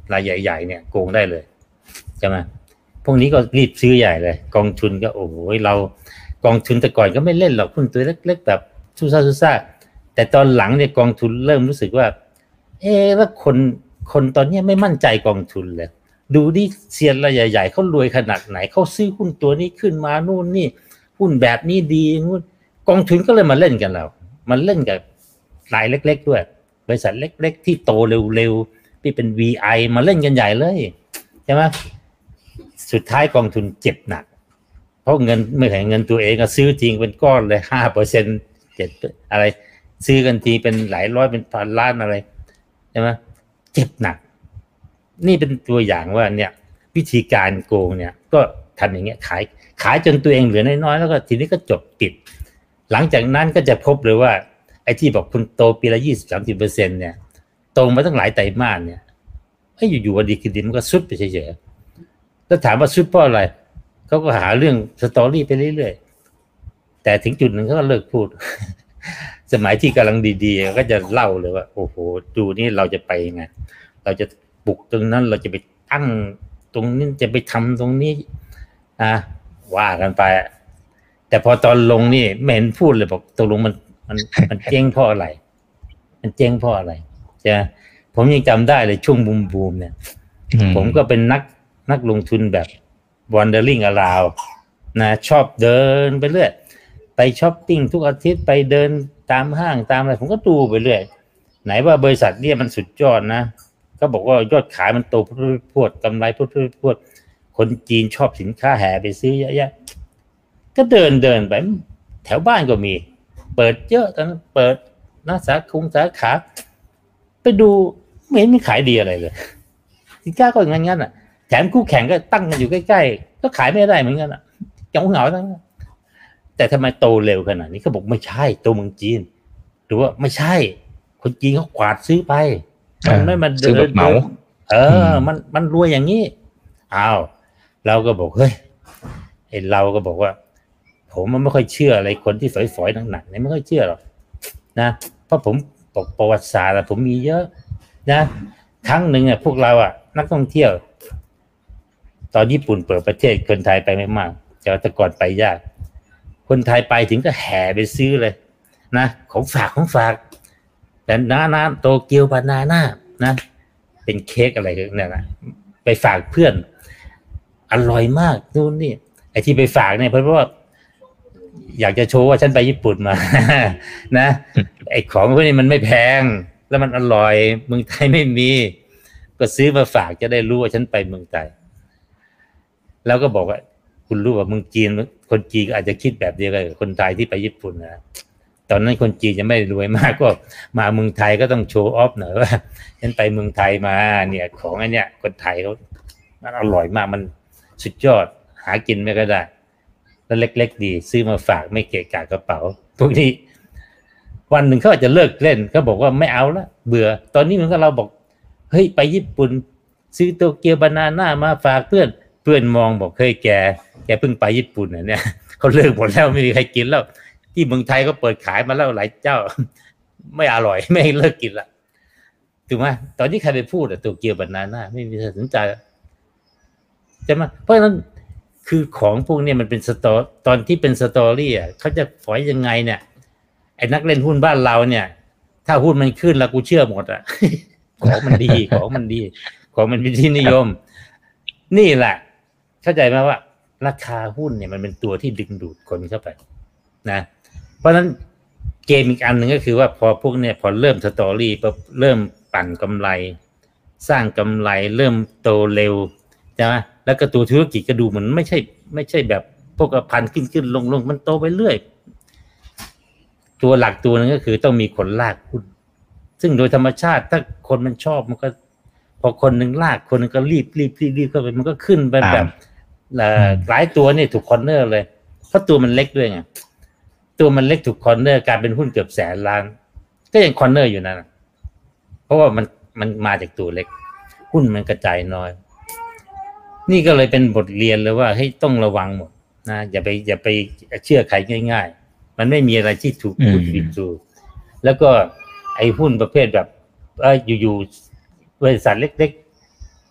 รายใหญ่ๆเนี่ยโกงได้เลยใช่ไหมพวกนี้ก็รีบซื้อใหญ่เลยกองทุนก็โอ้โหเรากองทุนแต่ก่อนก็ไม่เล่นหรอกหุ้นตัวเล็กๆแบบซูซ่าซูซ่าแต่ตอนหลังเนี่ยกองทุนเริ่มรู้สึกว่าเอ๊ะว่าคนคนตอนนี้ไม่มั่นใจกองทุนเลยดูดิเซียนรายใหญ่ๆเขารวยขนาดไหนเขาซื้อหุ้นตัวนี้ขึ้นมานู่นนี่หุ้นแบบนี้ดีนู่นกองทุนก็เลยมาเล่นกันแล้วมันเล่นกับรายเล็กๆด้วยบริษัทเล็กๆที่โตเร็วๆที่เป็น วี ไอ มาเล่นกันใหญ่เลยใช่ไหมสุดท้ายกองทุนเจ็บหนักเพราะเงินไม่แข่งเงินตัวเองก็ซื้อจริงเป็นก้อนเลย ห้าเปอร์เซ็นต์ เจ็ดอะไรซื้อกันทีเป็นหลายร้อยเป็นพันล้านอะไรใช่ไหมเจ็บหนักนี่เป็นตัวอย่างว่าเนี่ยวิธีการโกงเนี่ยก็ทำอย่างเงี้ยขายขายจนตัวเองเหลือน้อยๆแล้วก็ทีนี้ก็จบปิดหลังจากนั้นก็จะพบเลยว่าไอ้ที่บอกคุณโตปีละ ยี่สิบถึงสามสิบเปอร์เซ็นต์ เนี่ยโตมาตั้งหลายไตรมาสเนี่ยไอ้อยู่ๆวันดีคืนดีมันก็ซุดไปเฉยๆแล้วถามว่าซุดเพราะอะไรเขาก็หาเรื่องสตอรี่ไปเรื่อยๆแต่ถึงจุดหนึ่งเขาก็เลิกพูด สมัยที่กำลังดีๆก็จะเล่าเลยว่าโอ้โหดูนี่เราจะไปยังไงเราจะบุกตรงนั้นเราจะไปตั้งตรงนี้จะไปทำตรงนี้อ่ะว่ากันไปแต่พอตอนลงนี่ไม่เห็นพูดเลยบอกตกลงมันมันมันเจ๊งเพราะอะไรมันเจ๊งเพราะอะไรใช่ไหมผมยังจำได้เลยช่วงบูมบูมเนี่ยผมก็เป็นนักนักลงทุนแบบ wandering around นะชอบเดินไปเรื่อยไปช้อปปิ้งทุกอาทิตย์ไปเดินตามห้างตามอะไรผมก็ดูไปเรื่อยไหนว่าบริษัทเนี่ยมันสุดยอดนะก็บอกว่ายอดขายมันโตพรวดกำไรพรวดพรวดคนจีนชอบสินค้าแห่ไปซื้อเยอะแยะก็เดินเดินไปแถวบ้านก็มีเปิดเยอะตอนนั้นเปิดนะสาขาสาขาไปดูไม่เห็นมีขายดีอะไรเลยสินค้าก็งั้นงั้นอ่ะแถมคู่แข่งก็ตั้งกันอยู่ใกล้ๆก็ขายไม่ได้เหมือนกันอ่ะเหงาเหงาทั้งนั้นแต่ทำไมโตเร็วขนาดนี้เขาบอกไม่ใช่โตเมืองจีนหรือว่าไม่ใช่คนจีนเขากวาดซื้อไปมันไม่มันเดินเหมาเออมันมันรวยอย่างนี้อ้าวเราก็บอกเฮ้ยไอเราก็บอกว่าผมมันไม่ค่อยเชื่ออะไรคนที่ฝอยๆหนักๆเนี่ยไม่ค่อยเชื่อหรอกนะเพราะผมบอกประวัติศาสตร์ผมมีเยอะนะครั้งหนึ่งอ่ะพวกเราอ่ะนักท่องเที่ยวตอนญี่ปุ่นเปิดประเทศคนไทยไปไม่มากแต่ก่อนไปยากคนไทยไปถึงก็แห่ไปซื้อเลยนะของฝากของฝากแต่น้าน้าโตเกียวบานาน่านะเป็นเค้กอะไรเนี่ยนะไปฝากเพื่อนอร่อยมากนู่นนี่ไอ้ที่ไปฝากเนี่ยเพราะว่าอยากจะโชว์ว่าฉันไปญี่ปุ่นมานะไอ้ของพวกนี้มันไม่แพงแล้วมันอร่อยเมืองไทยไม่มีก็ซื้อมาฝากจะได้รู้ว่าฉันไปเมืองไทยแล้วก็บอกว่าคุณรู้ว่าเมืองจีนคนจีนก็อาจจะคิดแบบเดียวกันกับคนไทยที่ไปญี่ปุ่นนะตอนนั้นคนจีนจะไม่รวยมากก็มาเมืองไทยก็ต้องโชว์ออฟหน่อยว่าฉันไปเมืองไทยมาเนี่ยของอันเนี้ยคนไทยเขามันอร่อยมากมันสุดยอดหากินไม่ก็ได้แล้วเล็กๆดีซื้อมาฝากไม่เกะกะกระเป๋าพวกนี้วันหนึ่งเขาอาจจะเลิกเล่นเขาบอกว่าไม่เอาละเบื่อตอนนี้เหมือนกับเราบอกเฮ้ยไปญี่ปุ่นซื้อโตเกียวบานาน่ามาฝากเพื่อนเพื่อนมองบอกเฮ้ยแกแกเพิ่งไปญี่ปุ่นน่ะเนี่ยเขาเลิกหมดแล้วไม่มีใครกินแล้วที่เมืองไทยก็เปิดขายมาแล้วหลายเจ้าไม่อร่อยไม่เลิกกินละถูกไหมตอนนี้ใครไปพูดอะโตเกียวบานาน่าไม่มีใครสนใจใช่ไหมเพราะฉะนั้นคือของพวกนี้มันเป็นสตอตอนที่เป็นสตอรี่อ่ะเขาจะฝอยยังไงเนี่ยไอ้นักเล่นหุ้นบ้านเราเนี่ยถ้าหุ้นมันขึ้นแล้วกูเชื่อหมดอ่ะ ของมันดีของมันดีของมันเป็นที่นิยมนี่แหละเข้าใจไหมว่าราคาหุ้นเนี่ยมันเป็นตัวที่ดึงดูดคนเข้าไปนะเพราะฉะนั้นเกมอีกอันหนึ่งก็คือว่าพอพวกเนี่ยพอเริ่มสตอรี่พอเริ่มปั่นกำไรสร้างกำไรเริ่มโตเร็วใช่ไหมแล้วก็ตัวธุรกิจก็ดูเหมือนไม่ใช่ไม่ใช่แบบพวกพันขึ้นขึ้นลงลงมันโตไปเรื่อยตัวหลักตัวนึงก็คือต้องมีคนลากหุ้นซึ่งโดยธรรมชาติถ้าคนมันชอบมันก็พอคนหนึ่งลากคนนึงก็รีบรีบรีบรีบเข้าไปมันก็ขึ้นไปแบบหลายตัวนี่ถูกคอร์เนอร์เลยเพราะตัวมันเล็กด้วยไงตัวมันเล็กถูกคอร์เนอร์กลายเป็นหุ้นเกือบแสนล้านก็ยังคอร์เนอร์อยู่นั่นเพราะว่ามันมันมาจากตัวเล็กหุ้นมันกระจายน้อยนี่ก็เลยเป็นบทเรียนเลยว่าให้ต้องระวังหมดนะอย่าไปอย่าไปเชื่อใครง่ายๆมันไม่มีอะไรที่ถูกพูดผิดถูกแล้วก็ไอ้หุ้นประเภทแบบเอออยู่ๆบริษัทเล็ก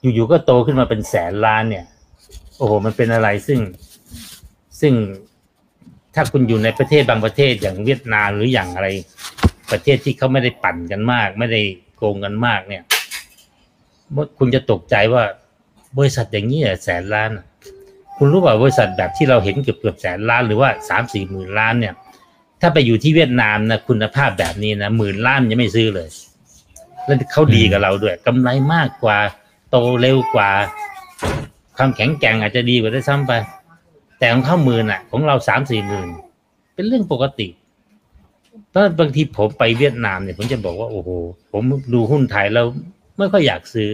อยู่ๆก็โตขึ้นมาเป็นแสนล้านเนี่ยโอ้โหมันเป็นอะไรซึ่งซึ่งถ้าคุณอยู่ในประเทศบางประเทศอย่างเวียดนามหรืออย่างอะไรประเทศที่เขาไม่ได้ปั่นกันมากไม่ได้โกงกันมากเนี่ยคุณจะตกใจว่าบริษัทอย่างนี้แสนล้านคุณรู้ป่ะบริษัทแบบที่เราเห็นเกือบเกือบแสนล้านหรือว่าสามสี่หมื่นล้านเนี่ยถ้าไปอยู่ที่เวียดนามนะคุณภาพแบบนี้นะหมื่นล้านยังไม่ซื้อเลยแล้วเขาดีกับเราด้วยกำไรมากกว่าโตเร็วกว่าความแข็งแกร่งอาจจะดีกว่าได้ซ้ำไปแต่ของเขาหมื่นอ่ะของเราสามสี่หมื่นเป็นเรื่องปกติเพราะบางทีผมไปเวียดนามเนี่ยผมจะบอกว่าโอ้โหผมดูหุ้นไทยแล้วไม่ค่อยอยากซื้อ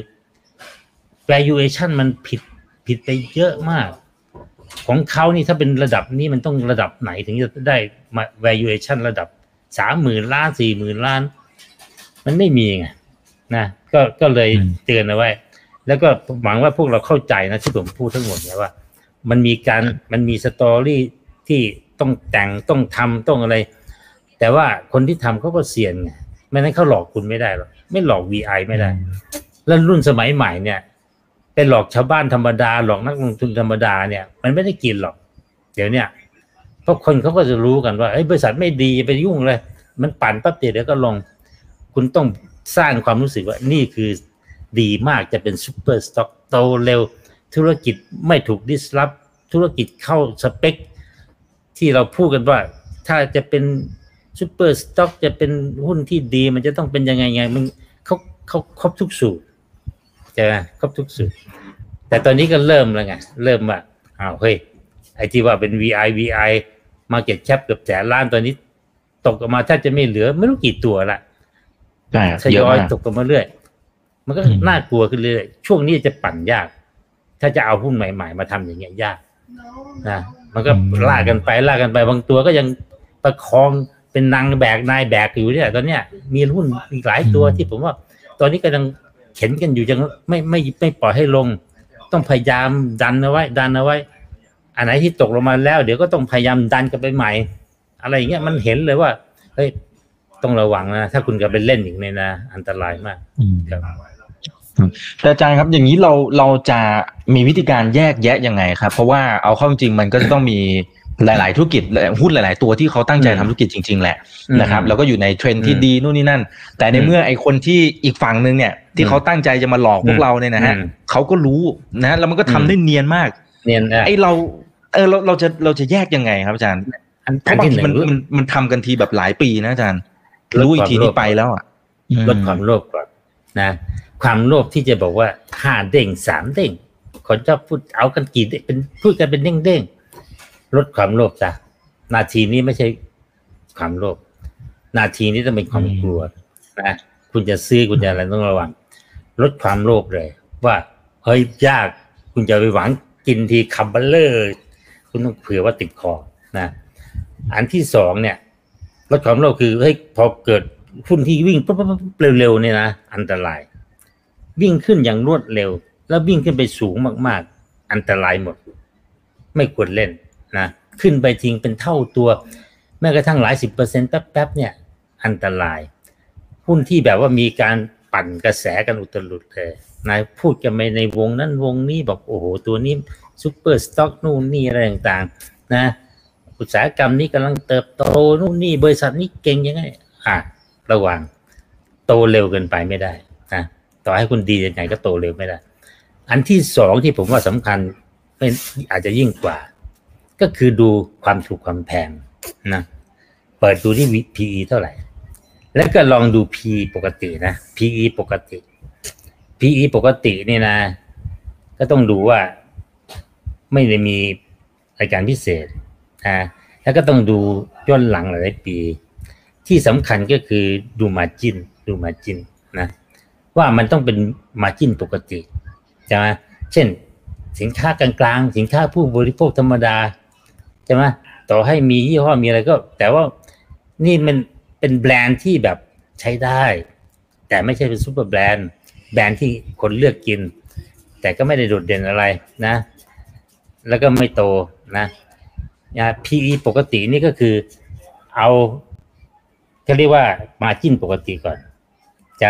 valuation มันผิดผิดไปเยอะมากของเขานี่ถ้าเป็นระดับนี้มันต้องระดับไหนถึงจะได้ valuation ระดับสามหมื่นล้านสี่หมื่นล้านมันไม่มีไงนะก็ก็เลยเตือนเอาไว้แล้วก็หวังว่าพวกเราเข้าใจนะที่ผมพูดทั้งหมดเนี่ยว่ามันมีการมันมีสตอรี่ที่ต้องแต่งต้องทำต้องอะไรแต่ว่าคนที่ทำเขาก็เสี่ยงไงไม่งั้นเขาหลอกคุณไม่ได้หรอกไม่หลอก วี ไอ ไม่ได้แล้วรุ่นสมัยใหม่เนี่ยเป็นหลอกชาวบ้านธรรมดาหลอกนักลงทุนธรรมดาเนี่ยมันไม่ได้กินหรอกเดี๋ยวเนี้ยเพราะคนเขาก็จะรู้กันว่าไอ้บริษัทไม่ดีไปยุ่งเลยมันปั่นปั๊บเดี๋ยวก็ลงคุณต้องสร้างความรู้สึกว่านี่คือดีมากจะเป็นซุปเปอร์สต็อกโตเร็วธุรกิจไม่ถูกดิสรับธุรกิจเข้าสเปคที่เราพูดกันว่าถ้าจะเป็นซุปเปอร์สต็อกจะเป็นหุ้นที่ดีมันจะต้องเป็นยังไงไงมันเขาเขาครบทุกสูตรใช่ไหมครบทุกสูตรแต่ตอนนี้ก็เริ่มแล้วไงเริ่มว่าอ้าวเฮ้ยไอ้ที่ว่าเป็น วี ไอ วี ไอ Market Cap เกือบแสนล้านตอนนี้ตกออกมาถ้าจะไม่เหลือไม่รู้กี่ตัวละใช่ทยอยตกออกมาเรื่อยมันก็น่ากลัวขึ้นเรื่อยช่วงนี้จะปั่นยากถ้าจะเอาหุ้นใหม่ๆมาทำอย่างเงี้ยยากนะมันก็ลากกันไปลากกันไปบางตัวก็ยังประคองเป็นนางแบกนายแบกอยู่เนี่ยตอนเนี้ยมีหุ้นอีกหลายตัวที่ผมว่าตอนนี้ก็ยังเข็นกันอยู่ยังไม่ไม่ไม่ปล่อยให้ลงต้องพยายามดันเอาไว้ดันเอาไว้อันไหนที่ตกลงมาแล้วเดี๋ยวก็ต้องพยายามดันกันไปใหม่อะไรอย่างเงี้ยมันเห็นเลยว่าเฮ้ยต้องระวังนะถ้าคุณจะไปเล่นอีกเนี่ยนะอันตรายมากครับแต่อาจารย์ครับอย่างนี้เราเราจะมีวิธีการแยกแยะยังไงครับเพราะว่าเอาเข้าจริงมันก็จะต้องมีหลายๆธุรกิจหุ้นหลายๆตัวที่เขาตั้งใจทำธุรกิจจริงๆแหละนะครับแล้วก็อยู่ในเทรนด์ที่ดีนู่นนี่นั่นแต่ในเมื่อไอ้คนที่อีกฝั่งนึงเนี่ยที่เขาตั้งใจจะมาหลอกพวกเราเนี่ยนะฮะเขาก็รู้นะแล้วมันก็ทำได้เนียนมากเนียนไอ้เราเออเราเราจะเราจะแยกยังไงครับอาจารย์เพราะบางทีมันมันมันทำกันทีแบบหลายปีนะอาจารย์รู้อีกทีนี้ไปแล้วอ่ะลดความโลภก่อนนะความโลภที่จะบอกว่าห้าเด้งสามเด้งคนชอบพูดเอากันกี่เป็นพูดกันเป็นเด้งเด้งลดความโลภจ้ะนาทีนี้ไม่ใช่ความโลภนาทีนี้ต้องเป็นความกลัวนะคุณจะซื้อคุณจะอะไรต้องระวังลดความโลภเลยว่าเฮ้ยยากคุณจะไปหวังกินทีคัมเบลเลอร์คุณต้องเผื่อว่าติดคอนะอันที่สองเนี่ยลดความโลภคือเฮ้ยพอเกิดหุ้นที่วิ่งปุ๊บปุ๊บเร็วๆเนี่ยนะอันตรายวิ่งขึ้นอย่างรวดเร็วแล้ววิ่งขึ้นไปสูงมากๆอันตรายหมดไม่ควรเล่นนะขึ้นไปทิ้งเป็นเท่าตัวแม้กระทั่งหลายสิบเปอร์เซ็นต์แป๊บๆเนี่ยอันตรายหุ้นที่แบบว่ามีการปั่นกระแสกันอุตลุดเลยนายพูดกันไปในวงนั้นวงนี้บอกโอ้โหตัวนี้ซุปเปอร์สต็อกนู่นนี่อะไรต่างๆนะอุตสาหกรรมนี้กำลังเติบโตนู่นนี่บริษัทนี้เก่งยังไงอ่ะระวังโตเร็วเกินไปไม่ได้นะต่อให้คุณดียังไงก็โตเร็วไม่ได้อันที่สองที่ผมว่าสำคัญเป็นอาจจะยิ่งกว่าก็คือดูความถูกความแพงนะเปิดดูที่ พี อี เท่าไหร่แล้วก็ลองดู P ปกตินะ พี อี ปกติ พี อี ปกตินี่นะก็ต้องดูว่าไม่ได้มีรายการพิเศษนะแล้วก็ต้องดูย้อนหลังหลายปีที่สำคัญก็คือดู margin ดู margin นะว่ามันต้องเป็น margin ปกติใช่ไหมเช่นสินค้ากลางๆสินค้าผู้บริโภคธรรมดาใช่ไหมต่อให้มียี่ห้อมีอะไรก็แต่ว่านี่มันเป็นแบรนด์ที่แบบใช้ได้แต่ไม่ใช่เป็นซุปเปอร์แบรนด์แบรนด์ที่คนเลือกกินแต่ก็ไม่ได้โดดเด่นอะไรนะแล้วก็ไม่โตนะนะ พี อี ปกตินี่ก็คือเอาเขาเรียกว่า margin ปกติก่อนจ้ะ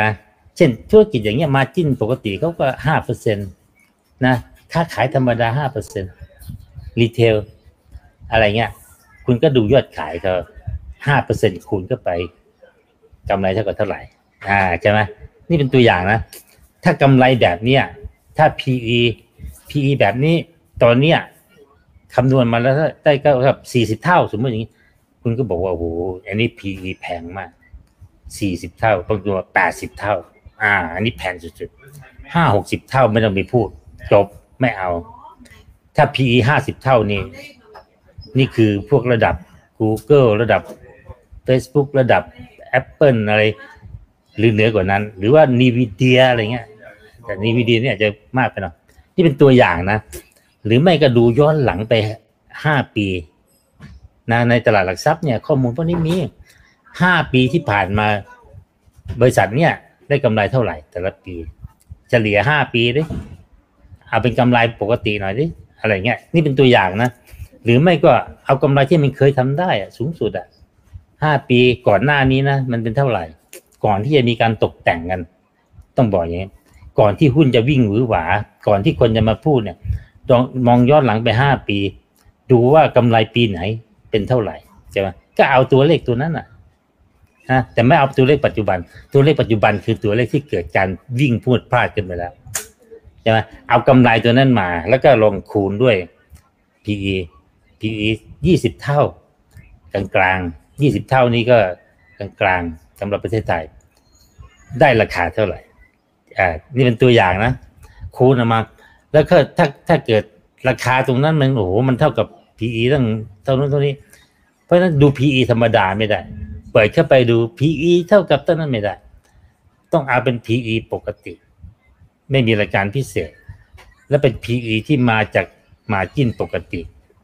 เช่นธุรกิจอย่างเงี้ยมาจิ้นปกติเขาก็ ห้าเปอร์เซ็นต์ นะค้าขายธรรมดา ห้าเปอร์เซ็นต์ รีเทลอะไรเงี้ยคุณก็ดูยอดขายเขา ห้าเปอร์เซ็นต์ คูณก็ไปกำไรเท่ากับเท่าไหร่อ่าใช่ไหมนี่เป็นตัวอย่างนะถ้ากำไรแบบเนี้ยถ้า พี อี พี อี แบบนี้ตอนเนี้ยคำนวณมาแล้วได้ก็แบบสี่สิบเท่าสมมติอย่างนี้คุณก็บอกว่าโอ้โหอันนี้ พี อี แพงมากสี่สิบเท่าบางตัวแปดสิบเท่าอ่าอันนี้แพงสุดๆห้า หกสิบเท่าไม่ต้องไปพูดจบไม่เอาถ้า พี อี ห้าสิบเท่านี่นี่คือพวกระดับ Google ระดับ Facebook ระดับ Apple อะไรหรือเหนือกว่านั้นหรือว่า Nvidia อะไรเงี้ยแต่ Nvidia เนี่ยอาจจะมากไปหน่อยนี่เป็นตัวอย่างนะหรือไม่ก็ดูย้อนหลังไปห้าปีนะในตลาดหลักทรัพย์เนี่ยข้อมูลพวกนี้มีห้าปีที่ผ่านมาบริษัทเนี่ยได้กำไรเท่าไหร่แต่ละปีเฉลี่ยห้าปีดิเอาเป็นกำไรปกติหน่อยดิอะไรเงี้ยนี่เป็นตัวอย่างนะหรือไม่ก็เอากำไรที่มันเคยทำได้อะสูงสุดอะห้าปีก่อนหน้านี้นะมันเป็นเท่าไหร่ก่อนที่จะมีการตกแต่งกันต้องบอกอย่างนี้ก่อนที่หุ้นจะวิ่งหวือหวาก่อนที่คนจะมาพูดเนี่ยมองย้อนหลังไปห้าปีดูว่ากำไรปีไหนเป็นเท่าไหร่ใช่ไหมก็เอาตัวเลขตัวนั้นน่ะนะแต่ไม่เอาตัวเลขปัจจุบันตัวเลขปัจจุบันคือตัวเลขที่เกิดการวิ่งพูดพลาดกันไปแล้วใช่ไหมเอากำไรตัวนั้นมาแล้วก็ลงคูณด้วย พี อี พี อี ยี่สิบเท่ากลางกลางยี่สิบเท่านี้ก็กลางกลางสำหรับประเทศไทยได้ราคาเท่าไหร่อ่านี่เป็นตัวอย่างนะคูณออกมาแล้วก็ถ้าถ้าเกิดราคาตรงนั้นมันโอ้โหมันเท่ากับ พี อี ตั้งเท่านั้นเท่านี้เพราะฉะนั้นดู พี อี ธรรมดาไม่ได้เปิดเข้าไปดู พี อี เท่ากับเท่านั้นไม่ได้ต้องเอาเป็น พี อี ปกติไม่มีรายการพิเศษและเป็น พี อี ที่มาจาก margin ปกติ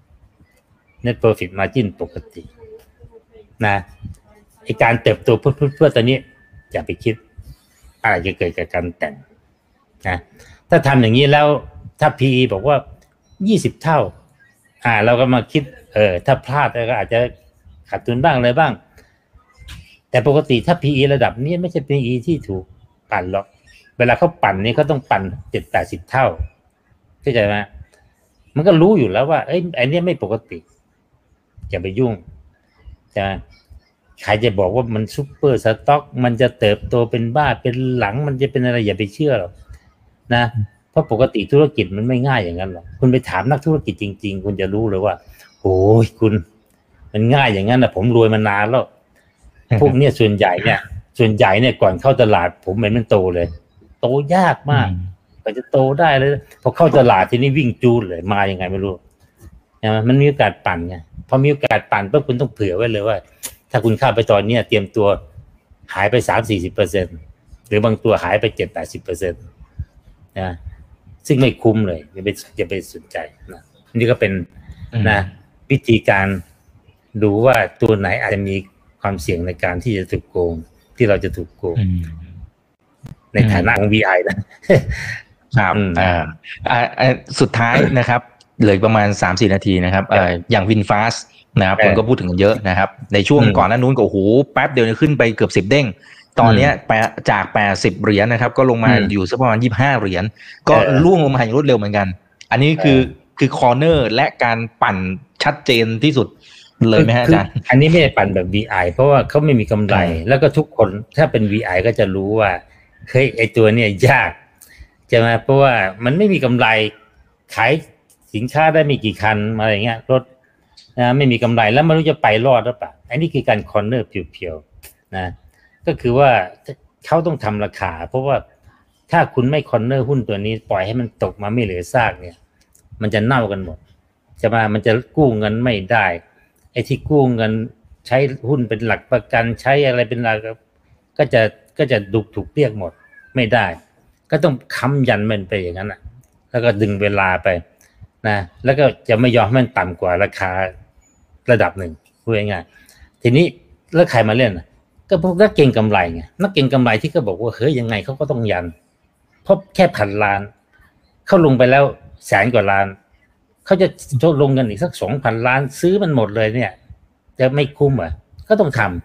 net profit margin ปกตินะไอ้การเติบโตเพื่อๆตอนนี้อย่าไปคิดอะไรจะเกิดจากการแต่งนะถ้าทำอย่างนี้แล้วถ้า พี อี บอกว่ายี่สิบเท่าอ่าเราก็มาคิดเออถ้าพลาดก็อาจจะขาดทุนบ้างอะไรบ้างแต่ปกติถ้า พี อี ระดับนี้ไม่ใช่ พี อี ที่ถูกปั่นหรอกเวลาเขาปั่นนี่เขาต้องปั่น เจ็ดถึงแปดสิบ เท่าเข้าใจไหมมันก็รู้อยู่แล้วว่าเอ้ยไอ้นี่ไม่ปกติอย่าไปยุ่งใช่ไหมใครจะบอกว่ามันซุปเปอร์สต็อกมันจะเติบโตเป็นบ้าเป็นหลังมันจะเป็นอะไรอย่าไปเชื่อหรอกนะเพราะปกติธุรกิจมันไม่ง่ายอย่างนั้นหรอกคุณไปถามนักธุรกิจจริงๆคุณจะรู้เลยว่าโอ้ยคุณมันง่ายอย่างนั้นนะผมรวยมานานแล้วพวกเนี้ยส่วนใหญ่เนี่ยส่วนใหญ่เนี่ยก่อนเข้าตลาดผมเห็นมันโตเลยโตยากมากกว่าจะโตได้เลยพอเข้าตลาดทีนี้วิ่งจูดเลยมายังไงไม่รู้นะมันมีโอกาสปั่นไงพอมีโอกาสปั่นปุ๊บคุณต้องเผื่อไว้เลยว่าถ้าคุณเข้าไปตอนนี้เตรียมตัวหายไป สามถึงสี่สิบเปอร์เซ็นต์ หรือบางตัวหายไป เจ็ดถึงแปดสิบเปอร์เซ็นต์ นะซึ่งไม่คุ้มเลยอย่าไปอย่าไปสนใจนะนี่ก็เป็นนะวิธีการดูว่าตัวไหนอาจจะมีความเสี่ยงในการที่จะถูกโกงที่เราจะถูกโกงในฐานะของ วี ไอ นะครับอ่าอ่าสุดท้ายนะครับเหลือประมาณ สามถึงสี่ นาทีนะครับเอ่ออย่าง VinFast นะครับคนก็พูดถึงกันเยอะนะครับในช่วงก่อนหน้านู้นก็โอ้โหแป๊บเดียวขึ้นไปเกือบสิบเด้งตอนนี้จากแปดสิบเหรียญนะครับก็ลงมาอยู่สักประมาณยี่สิบห้าเหรียญก็ล่วงลงมาอย่างรวดเร็วเหมือนกันอันนี้คือคือคอร์เนอร์และการปั่นชัดเจนที่สุดเลยไหมฮะอาจารย์อันนี้ไม่ได้ปั่นแบบ วี ไอ เพราะว่าเขาไม่มีกำไรแล้วก็ทุกคนถ้าเป็น วี ไอ ก็จะรู้ว่าเฮ้ยไอตัวเนี้ยยากใช่ไหมเพราะว่ามันไม่มีกำไรขายสินค้าได้ไม่กี่คันอะไรเงี้ยรถนะไม่มีกำไรแล้วไม่รู้จะไปรอดหรือเปล่าอันนี้คือการคอร์เนอร์เพียวๆนะก็คือว่าเขาต้องทำราคาเพราะว่าถ้าคุณไม่คอร์เนอร์หุ้นตัวนี้ปล่อยให้มันตกมาไม่เหลือซากเนี่ยมันจะเน่ากันหมดใช่ไหมมันจะกู้เงินไม่ได้ไอ้ที่กู้เงินใช้หุ้นเป็นหลักประกันใช้อะไรเป็นหลักก็จะก็จะถูกถูกเรียกหมดไม่ได้ก็ต้องค้ำยันมันไปอย่างนั้นอ่ะแล้วก็ดึงเวลาไปนะแล้วก็จะไม่ยอมให้มันต่ำกว่าราคาระดับหนึ่งพูดง่ายๆทีนี้แล้วใครมาเล่นก็พวกนักเก็งกำไรไงนักเก็งกำไรที่ก็บอกว่าเฮ้ยยังไงเขาก็ต้องยันเพราะแค่พันล้านเข้าลงไปแล้วแสนกว่าล้านเขาจะลงกันอีกสักสองพันล้านซื้อมันหมดเลยเนี่ยจะไม่คุ้มเหรอก็ต้องทำ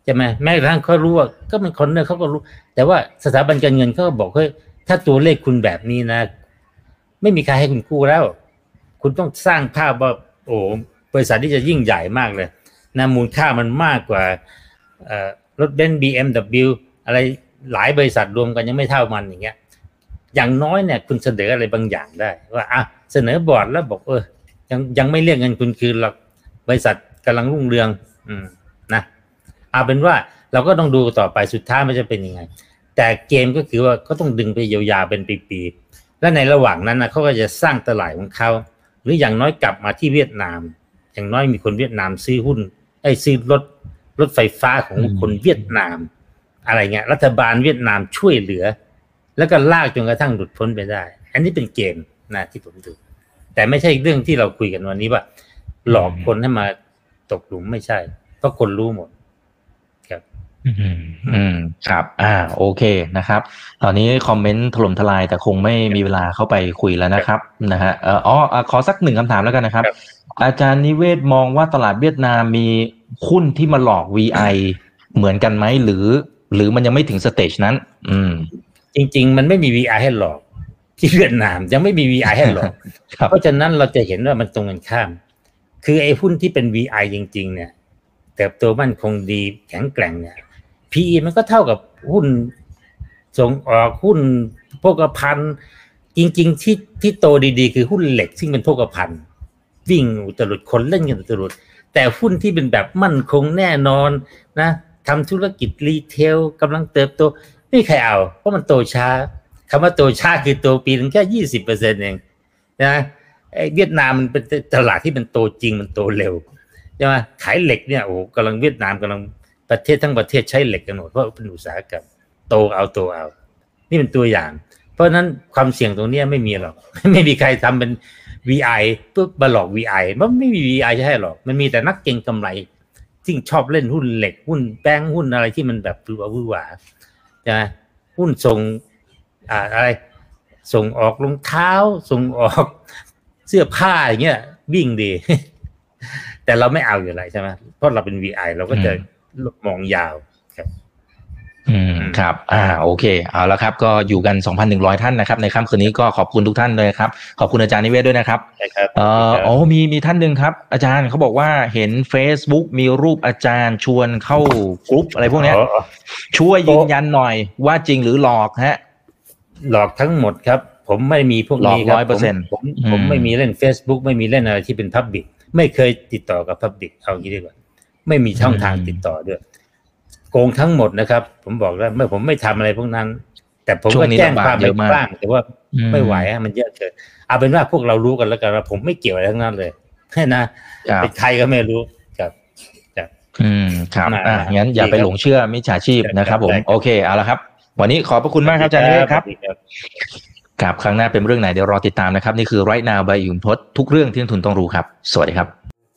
ใช่ไหมแม้กระทั่งเขารู้ว่าก็เป็นคนเนี่ยเขาก็รู้แต่ว่าสถาบันการเงินเขาก็บอกเฮ้ยถ้าตัวเลขคุณแบบนี้นะไม่มีใครให้คุณกู้แล้วคุณต้องสร้างภาพว่าโอ้บริษัทที่จะยิ่งใหญ่มากเลยนะมูลค่ามันมากกว่ารถเบนซ์ บี เอ็ม ดับเบิลยู อะไรหลายบริษัทรวมกันยังไม่เท่ามันอย่างเงี้ยอย่างน้อยเนี่ยคุณเสนออะไรบางอย่างได้ว่าอ่ะเสนอบอร์ดแล้วบอกเออยังยังไม่เรียกเงินคุณคืนหรอกบริษัทกำลังรุ่งเรืองอืมนะเอาเป็นว่าเราก็ต้องดูต่อไปสุดท้ายมันจะเป็นยังไงแต่เกมก็คือว่าเขาต้องดึงไปยาวๆเป็นปีๆและในระหว่างนั้นนะเขาก็จะสร้างตลาดของเขาหรืออย่างน้อยกลับมาที่เวียดนามอย่างน้อยมีคนเวียดนามซื้อหุ้นไอ้ซื้อรถรถไฟฟ้าของคนเวียดนามอะไรเงี้ยรัฐบาลเวียดนามช่วยเหลือแล้วก็ลากจนกระทั่งหลุดพ้นไปได้อันนี้เป็นเกมนะที่ผมดูแต่ไม่ใช่เรื่องที่เราคุยกันวันนี้ว่าหลอกคนให้มาตกหลุมไม่ใช่เพราะคนรู้หมดครับอืมอืมครับอ่าโอเคนะครับตอนนี้คอมเมนต์ถล่มทลายแต่คงไม่มีเวลาเข้าไปคุยแล้วนะครับนะฮะเอ่ออ๋อขอสักหนึ่งคำถามแล้วกันนะครับอาจารย์นิเวศมองว่าตลาดเวียดนามมีหุ้นที่มาหลอก วี ไอ เหมือนกันไหมหรือหรือมันยังไม่ถึงสเตจนั้นอืมจริงๆมันไม่มี วี ไอ ให้หลอกที่เวียดนามยังไม่มี วี ไอ ให้หลอกเพราะฉะนั้นเราจะเห็นว่ามันตรงกันข้ามคือไอ้หุ้นที่เป็น วี ไอ จริงๆเนี่ยเติบโตมั่นคงดีแข็งแกร่งเนี่ย พี อี มันก็เท่ากับหุ้นส่งออกหุ้นโภคภัณฑ์จริงๆที่ที่โตดีๆคือหุ้นเหล็กซึ่งเป็นโภคภัณฑ์วิ่งอุตรุดคนเล่นกันอุตรุดแต่หุ้นที่เป็นแบบมั่นคงแน่นอนนะทำธุรกิจรีเทลกำลังเติบโตไม่มีใครเอาเพราะมันโตช้าคำว่าโตช้าคือโตปีนึงแค่ ยี่สิบเปอร์เซ็นต์ เองนะไอ้เวียดนามมันเป็นตลาดที่มันโตจริงมันโตเร็วใช่ไหมขายเหล็กเนี่ยโอ้กำลังเวียดนามกำลังประเทศทั้งประเทศใช้เหล็กกันหมดเพราะเป็นอุตสาหกรรมโตเอาโตเอานี่เป็นตัวอย่างเพราะฉะนั้นความเสี่ยงตรงนี้ไม่มีหรอกไม่มีใครทำเป็น วี ไอ ปุ๊บมาหลอก วี ไอ มันไม่มี วี ไอ ใช่หรอกมันมีแต่นักเก็งกำไรที่ชอบเล่นหุ้นเหล็กหุ้นแป้งหุ้นอะไรที่มันแบบหวือหวาใช่ไหมหุ้นส่งอ่าอะไรส่งออกรองเท้าส่งออกเสื้อผ้าอย่างเงี้ยวิ่งดีแต่เราไม่เอาอยู่แล้วใช่ไหมเพราะเราเป็น วี ไอ เราก็จะมองยาวครับอืมครับอ่าโอเคเอาละครับก็อยู่กัน สองพันหนึ่งร้อย ท่านนะครับในค่ำคืนนี้ก็ขอบคุณทุกท่านเลยครับขอบคุณอาจารย์นิเวศด้วยนะครับใช่ครับเอ่ออ๋อมีมีท่านนึงครับอาจารย์เขาบอกว่าเห็น Facebook มีรูปอาจารย์ชวนเข้ากรุ๊ปอะไรพวกนี้ช่วยยืนยันหน่อยว่าจริงหรือหลอกฮะหลอกทั้งหมดครับผมไม่มีพวกนี้ครับร้อยเปอร์เซ็นต์ผมผมไม่มีเล่น Facebook ไม่มีเล่นอะไรที่เป็น Public ไม่เคยติดต่อกับ Public เอางี้ดีกว่าไม่มีช่องทางติดต่อด้วยโกงทั้งหมดนะครับผมบอกแล้วไม่ผมไม่ทำอะไรพวกนั้นแต่ผมก็แจ้งความไปบ้างแต่ว่าไม่ไหวฮะมันเยอะเกินเอาเป็นว่าพวกเรารู้กันแล้วกันว่าผมไม่เกี่ยวอะไรทั้งนั้นเลยนะเป็นใครก็ไม่รู้ครับครับอืมครับอ่ะงั้นอย่าไปหลงเชื่อมิจฉาชีพนะครับผมโอเคเอาละครับวันนี้ขอบพระคุณมากครับอาจารย์นิเวศครับครับครั้งหน้าเป็นเรื่องไหนเดี๋ยวรอติดตามนะครับนี่คือ Right Now by อิ่มพจน์ทุกเรื่องที่นักทุนต้องรู้ครับสวัสดีครับ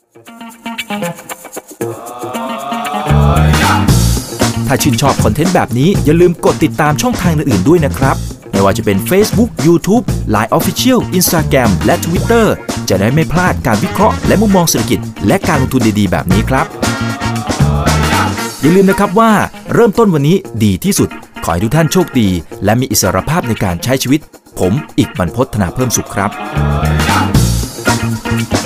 ถ้าชื่นชอบคอนเทนต์แบบนี้อย่าลืมกดติดตามช่องทางอื่นๆด้วยนะครับไม่ว่าจะเป็น Facebook, YouTube, ไลน์ Official, Instagram และ Twitter จะได้ไม่พลาดการวิเคราะห์และมุมมองเศรษฐกิจและการลงทุนดีๆแบบนี้ครับอย่าลืมนะครับว่าเริ่มต้นวันนี้ดีที่สุดขอให้ทุกท่านโชคดีและมีอิสรภาพในการใช้ชีวิตผมอีกบรรพต ธนาเพิ่มสุขครับ